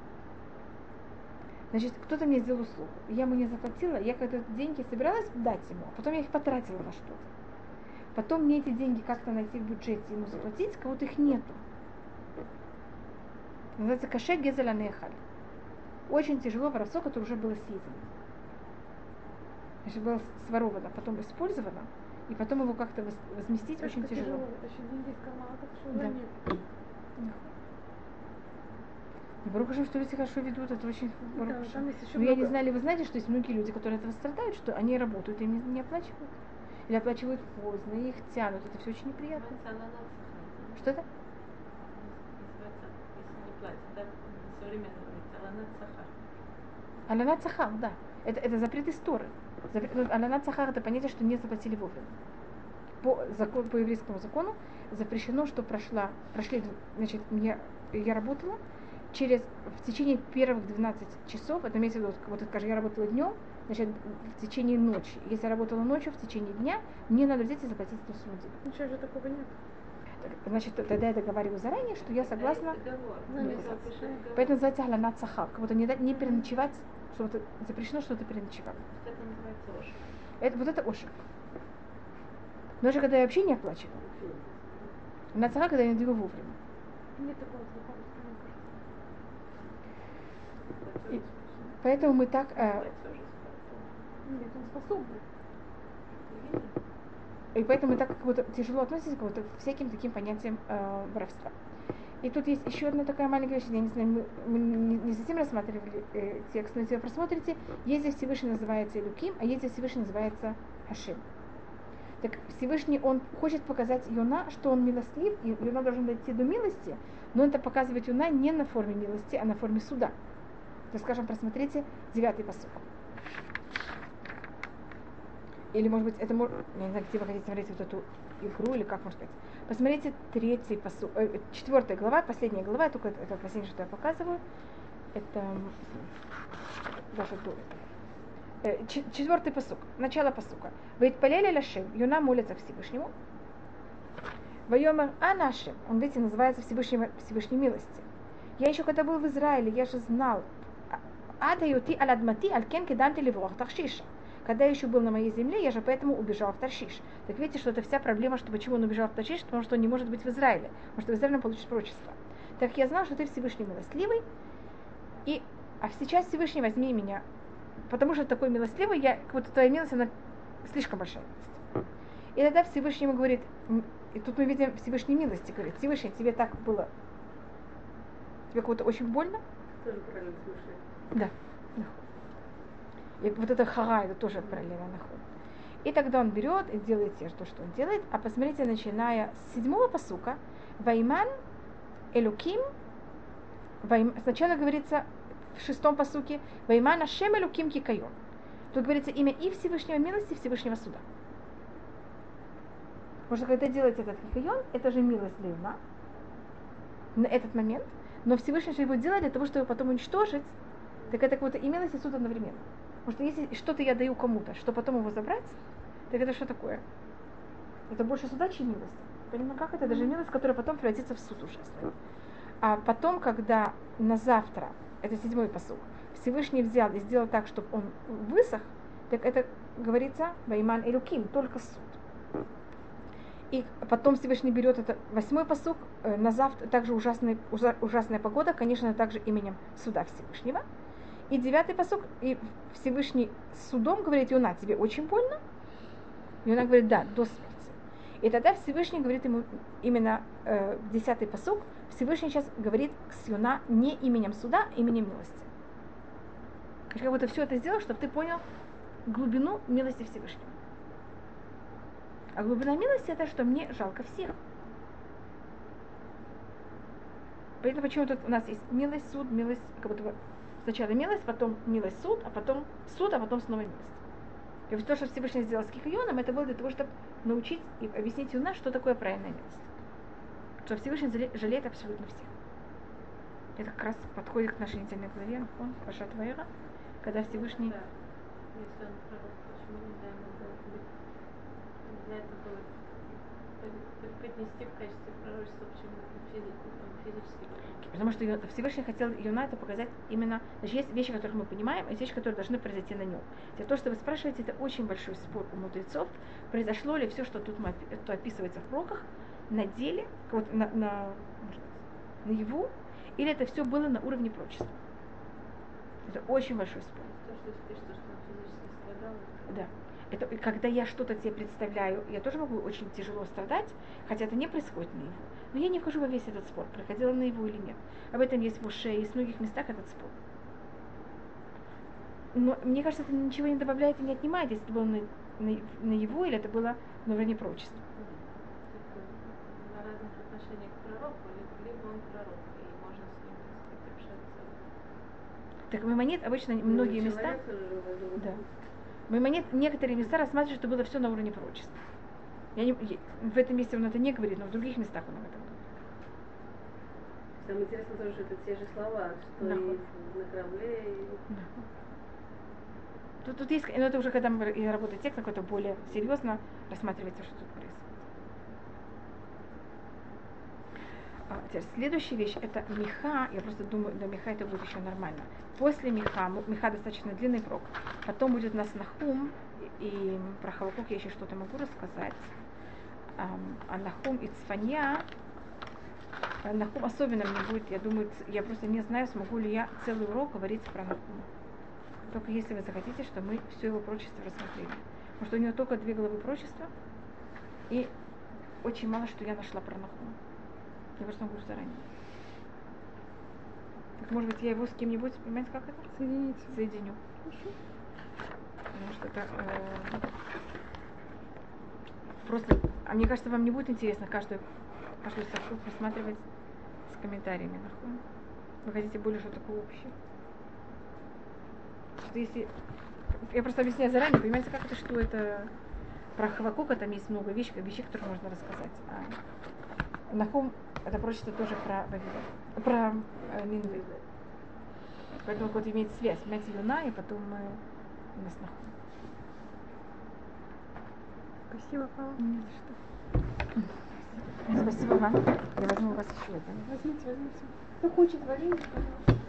Значит, кто-то мне сделал услугу, я ему не заплатила, я когда эти деньги собиралась дать ему, а потом я их потратила на что-то. Потом мне эти деньги как-то найти в бюджете, ему заплатить, кого-то их нету. Называется каше гезель анехаль. Очень тяжело воровство, которое уже было съедено. Значит, было своровано, потом использовано, и потом его как-то возместить это очень тяжело. Очень деньги из кармана, так что Да. нет. И Барух, что люди хорошо ведут, это очень Да, там есть еще Но я не много. знаю, ли вы знаете, что есть многие люди, которые этого страдают, что они работают и не оплачивают. Или оплачивают поздно, и их тянут. Это все очень неприятно. Что это? Называется, если не платят, да, современно говорится, аланат сахар. Аланат сахар, да. Это запрет из Торы. Аланат сахар это понятие, что не заплатили вовремя. По еврейскому закону запрещено, что прошли, значит, я работала в течение первых 12 часов, это имеется в виду, вот скажем, я работала днем, значит, в течение ночи. Если я работала ночью, в течение дня, мне надо взять и заплатить эту сумму. Ничего же такого нет. Значит, тогда я договариваю заранее, что я согласна. Поэтому называется аланат сахар, как будто не переночевать, что запрещено что-то переночевать. Это называется ошек. Вот это ошек. Но же когда я вообще не оплачиваю. Аланат сахар, когда я не даю вовремя. Нет такого знакомства, мне кажется. Поэтому мы так... Нет, он способен. И поэтому мы так как будто тяжело относимся к вот всяким таким понятиям воровства. И тут есть еще одна такая маленькая вещь, я не знаю, мы не совсем рассматривали текст, но если вы просмотрите, есть здесь Всевышний называется Элюким, а есть здесь Всевышний называется Хашем. Так Всевышний, он хочет показать Йона, что он милостлив, и Йона должен дойти до милости, но это показывает Йона не на форме милости, а на форме суда. То, скажем, просмотрите 9-й пасук. Или, может быть, это, я не знаю, где вы хотите смотреть вот эту игру, или как можно сказать. Посмотрите 3-й пасук, 4 глава, последняя глава, только это последнее, что я показываю. Это даже до этого. 4-й пасук, начало пасука. Ваитпалели лашем, Йона молится Всевышнему. Вайомар Анашем, он, видите, называется Всевышней милости. Я еще когда был в Израиле, я же знал. Ада юти аладмати алкен кеданти ливрох таршиша. Когда я еще был на моей земле, я же поэтому убежал в Таршиш. Так видите, что это вся проблема, что почему он убежал в Таршиш, потому что он не может быть в Израиле. Потому что в Израиле он получит пророчество. Так я знал, что ты Всевышний милостливый, а сейчас Всевышний возьми меня. Потому что такой милостливый, как будто твоя милость, она слишком большая милость. И тогда Всевышний ему говорит, и тут мы видим Всевышней милости, говорит, Всевышний, тебе так было, тебе как будто очень больно, Тоже параллельно слушай. Да. И вот это хара, это тоже параллельно наход. И тогда он берет и делает то, что он делает. А посмотрите, начиная с 7-го пасука, Вайман Элуким, сначала говорится в 6-м пасуке, Вайман Ашем Элуким Кикайон. Тут говорится имя и Всевышнего милости, и Всевышнего суда. Потому что когда делается этот Кикайон, это же милость для Юна на этот момент, но Всевышний его делает для того, чтобы потом уничтожить, так это как будто и милость, и суд одновременно. Потому что если что-то я даю кому-то, что потом его забрать, так это что такое? Это больше суда, чем милость. Понимаете, как это? Даже милость, которая потом превратится в суд ужасный. А потом, когда на завтра, это 7-й пасук, Всевышний взял и сделал так, чтобы он высох, так это говорится Вайман Элуким, только суд. И потом Всевышний берет это 8-й пасук, на завтра также ужасная погода, конечно, также именем суда Всевышнего. И 9-й пасук, и Всевышний судом говорит: Юна, тебе очень больно? Юна говорит: да, до смерти. И тогда Всевышний говорит ему именно 10-й пасук, Всевышний сейчас говорит с Юна не именем суда, а именем милости. Как будто все это сделал, чтобы ты понял глубину милости Всевышнего. А глубина милости это, что мне жалко всех. Поэтому почему тут у нас есть милость, суд, милость, как будто бы сначала милость, потом милость, суд, а потом снова милость. И вот то, что Всевышний сделал с Кикайоном, это было для того, чтобы научить и объяснить Юна, что такое правильная милость. Что Всевышний жалеет абсолютно всех. Это как раз подходит к нашей недельной главе, Пашат Ваэра, когда Всевышний... Да. Если он пророк, почему нельзя ему для этого поднести в качестве пророчества, почему физически? Потому что Всевышний хотел Юна это показать именно... Значит, есть вещи, которых мы понимаем, а есть вещи, которые должны произойти на нем. То, что вы спрашиваете, это очень большой спор у мудрецов. Произошло ли все, что тут описывается в пророках, на деле, вот наяву, или это все было на уровне пророчества. Это очень большой спор. То, что ты пишешь, что он физически страдал. Да. Это, когда я что-то себе представляю, я тоже могу очень тяжело страдать, хотя это не происходит наяву. Но я не вхожу во весь этот спор, проходила наяву или нет. Об этом есть в Моше, есть в многих местах этот спор. Но мне кажется, это ничего не добавляет и не отнимает, если это было наяву или это было на уровне пророчества. На разных отношениях к пророку, либо он пророк, и можно с ним общаться. Так Маймонид обычно многие места... Да. Маймонид некоторые места рассматривают, что было все на уровне пророчества. В этом месте он это не говорит, но в других местах он об этом говорит. Самое интересное тоже, что это те же слова, что да. И на корабле. Да. Тут есть, но это уже когда мы работаем текст, какой-то более серьезно рассматривается, что тут происходит. Теперь следующая вещь это Миха. Я просто думаю, до Миха это будет еще нормально. После Миха достаточно длинный пророк. Потом будет у нас Нахум, и про Халакук я еще что-то могу рассказать. А Нахум и Цфанья, Нахум особенно мне будет, я думаю, я просто не знаю, смогу ли я целый урок говорить про Нахума. Только если вы захотите, что мы все его пророчество рассмотрели. Потому что у него только 2 главы пророчества, и очень мало, что я нашла про Нахума. Я просто могу заранее. Так, может быть, я его с кем-нибудь, понимаете, как это? Соединю. Хорошо. Потому что это просто... А мне кажется, вам не будет интересно каждую статью просматривать с комментариями. Нахуй. Вы хотите более что такое общее. Что если... Я просто объясняю заранее, понимаете, как это, что это... Про Хавакука там есть много вещей, которые можно рассказать. А Нахум это пророчество тоже про Вавилон, про Нинве. Поэтому вот имеет связь, понимаете, Юна, и потом у нас Нахум. Спасибо, Павел. Не за что. Спасибо вам. Я возьму у вас еще один. Возьмите. Кто хочет варенье, пожалуйста.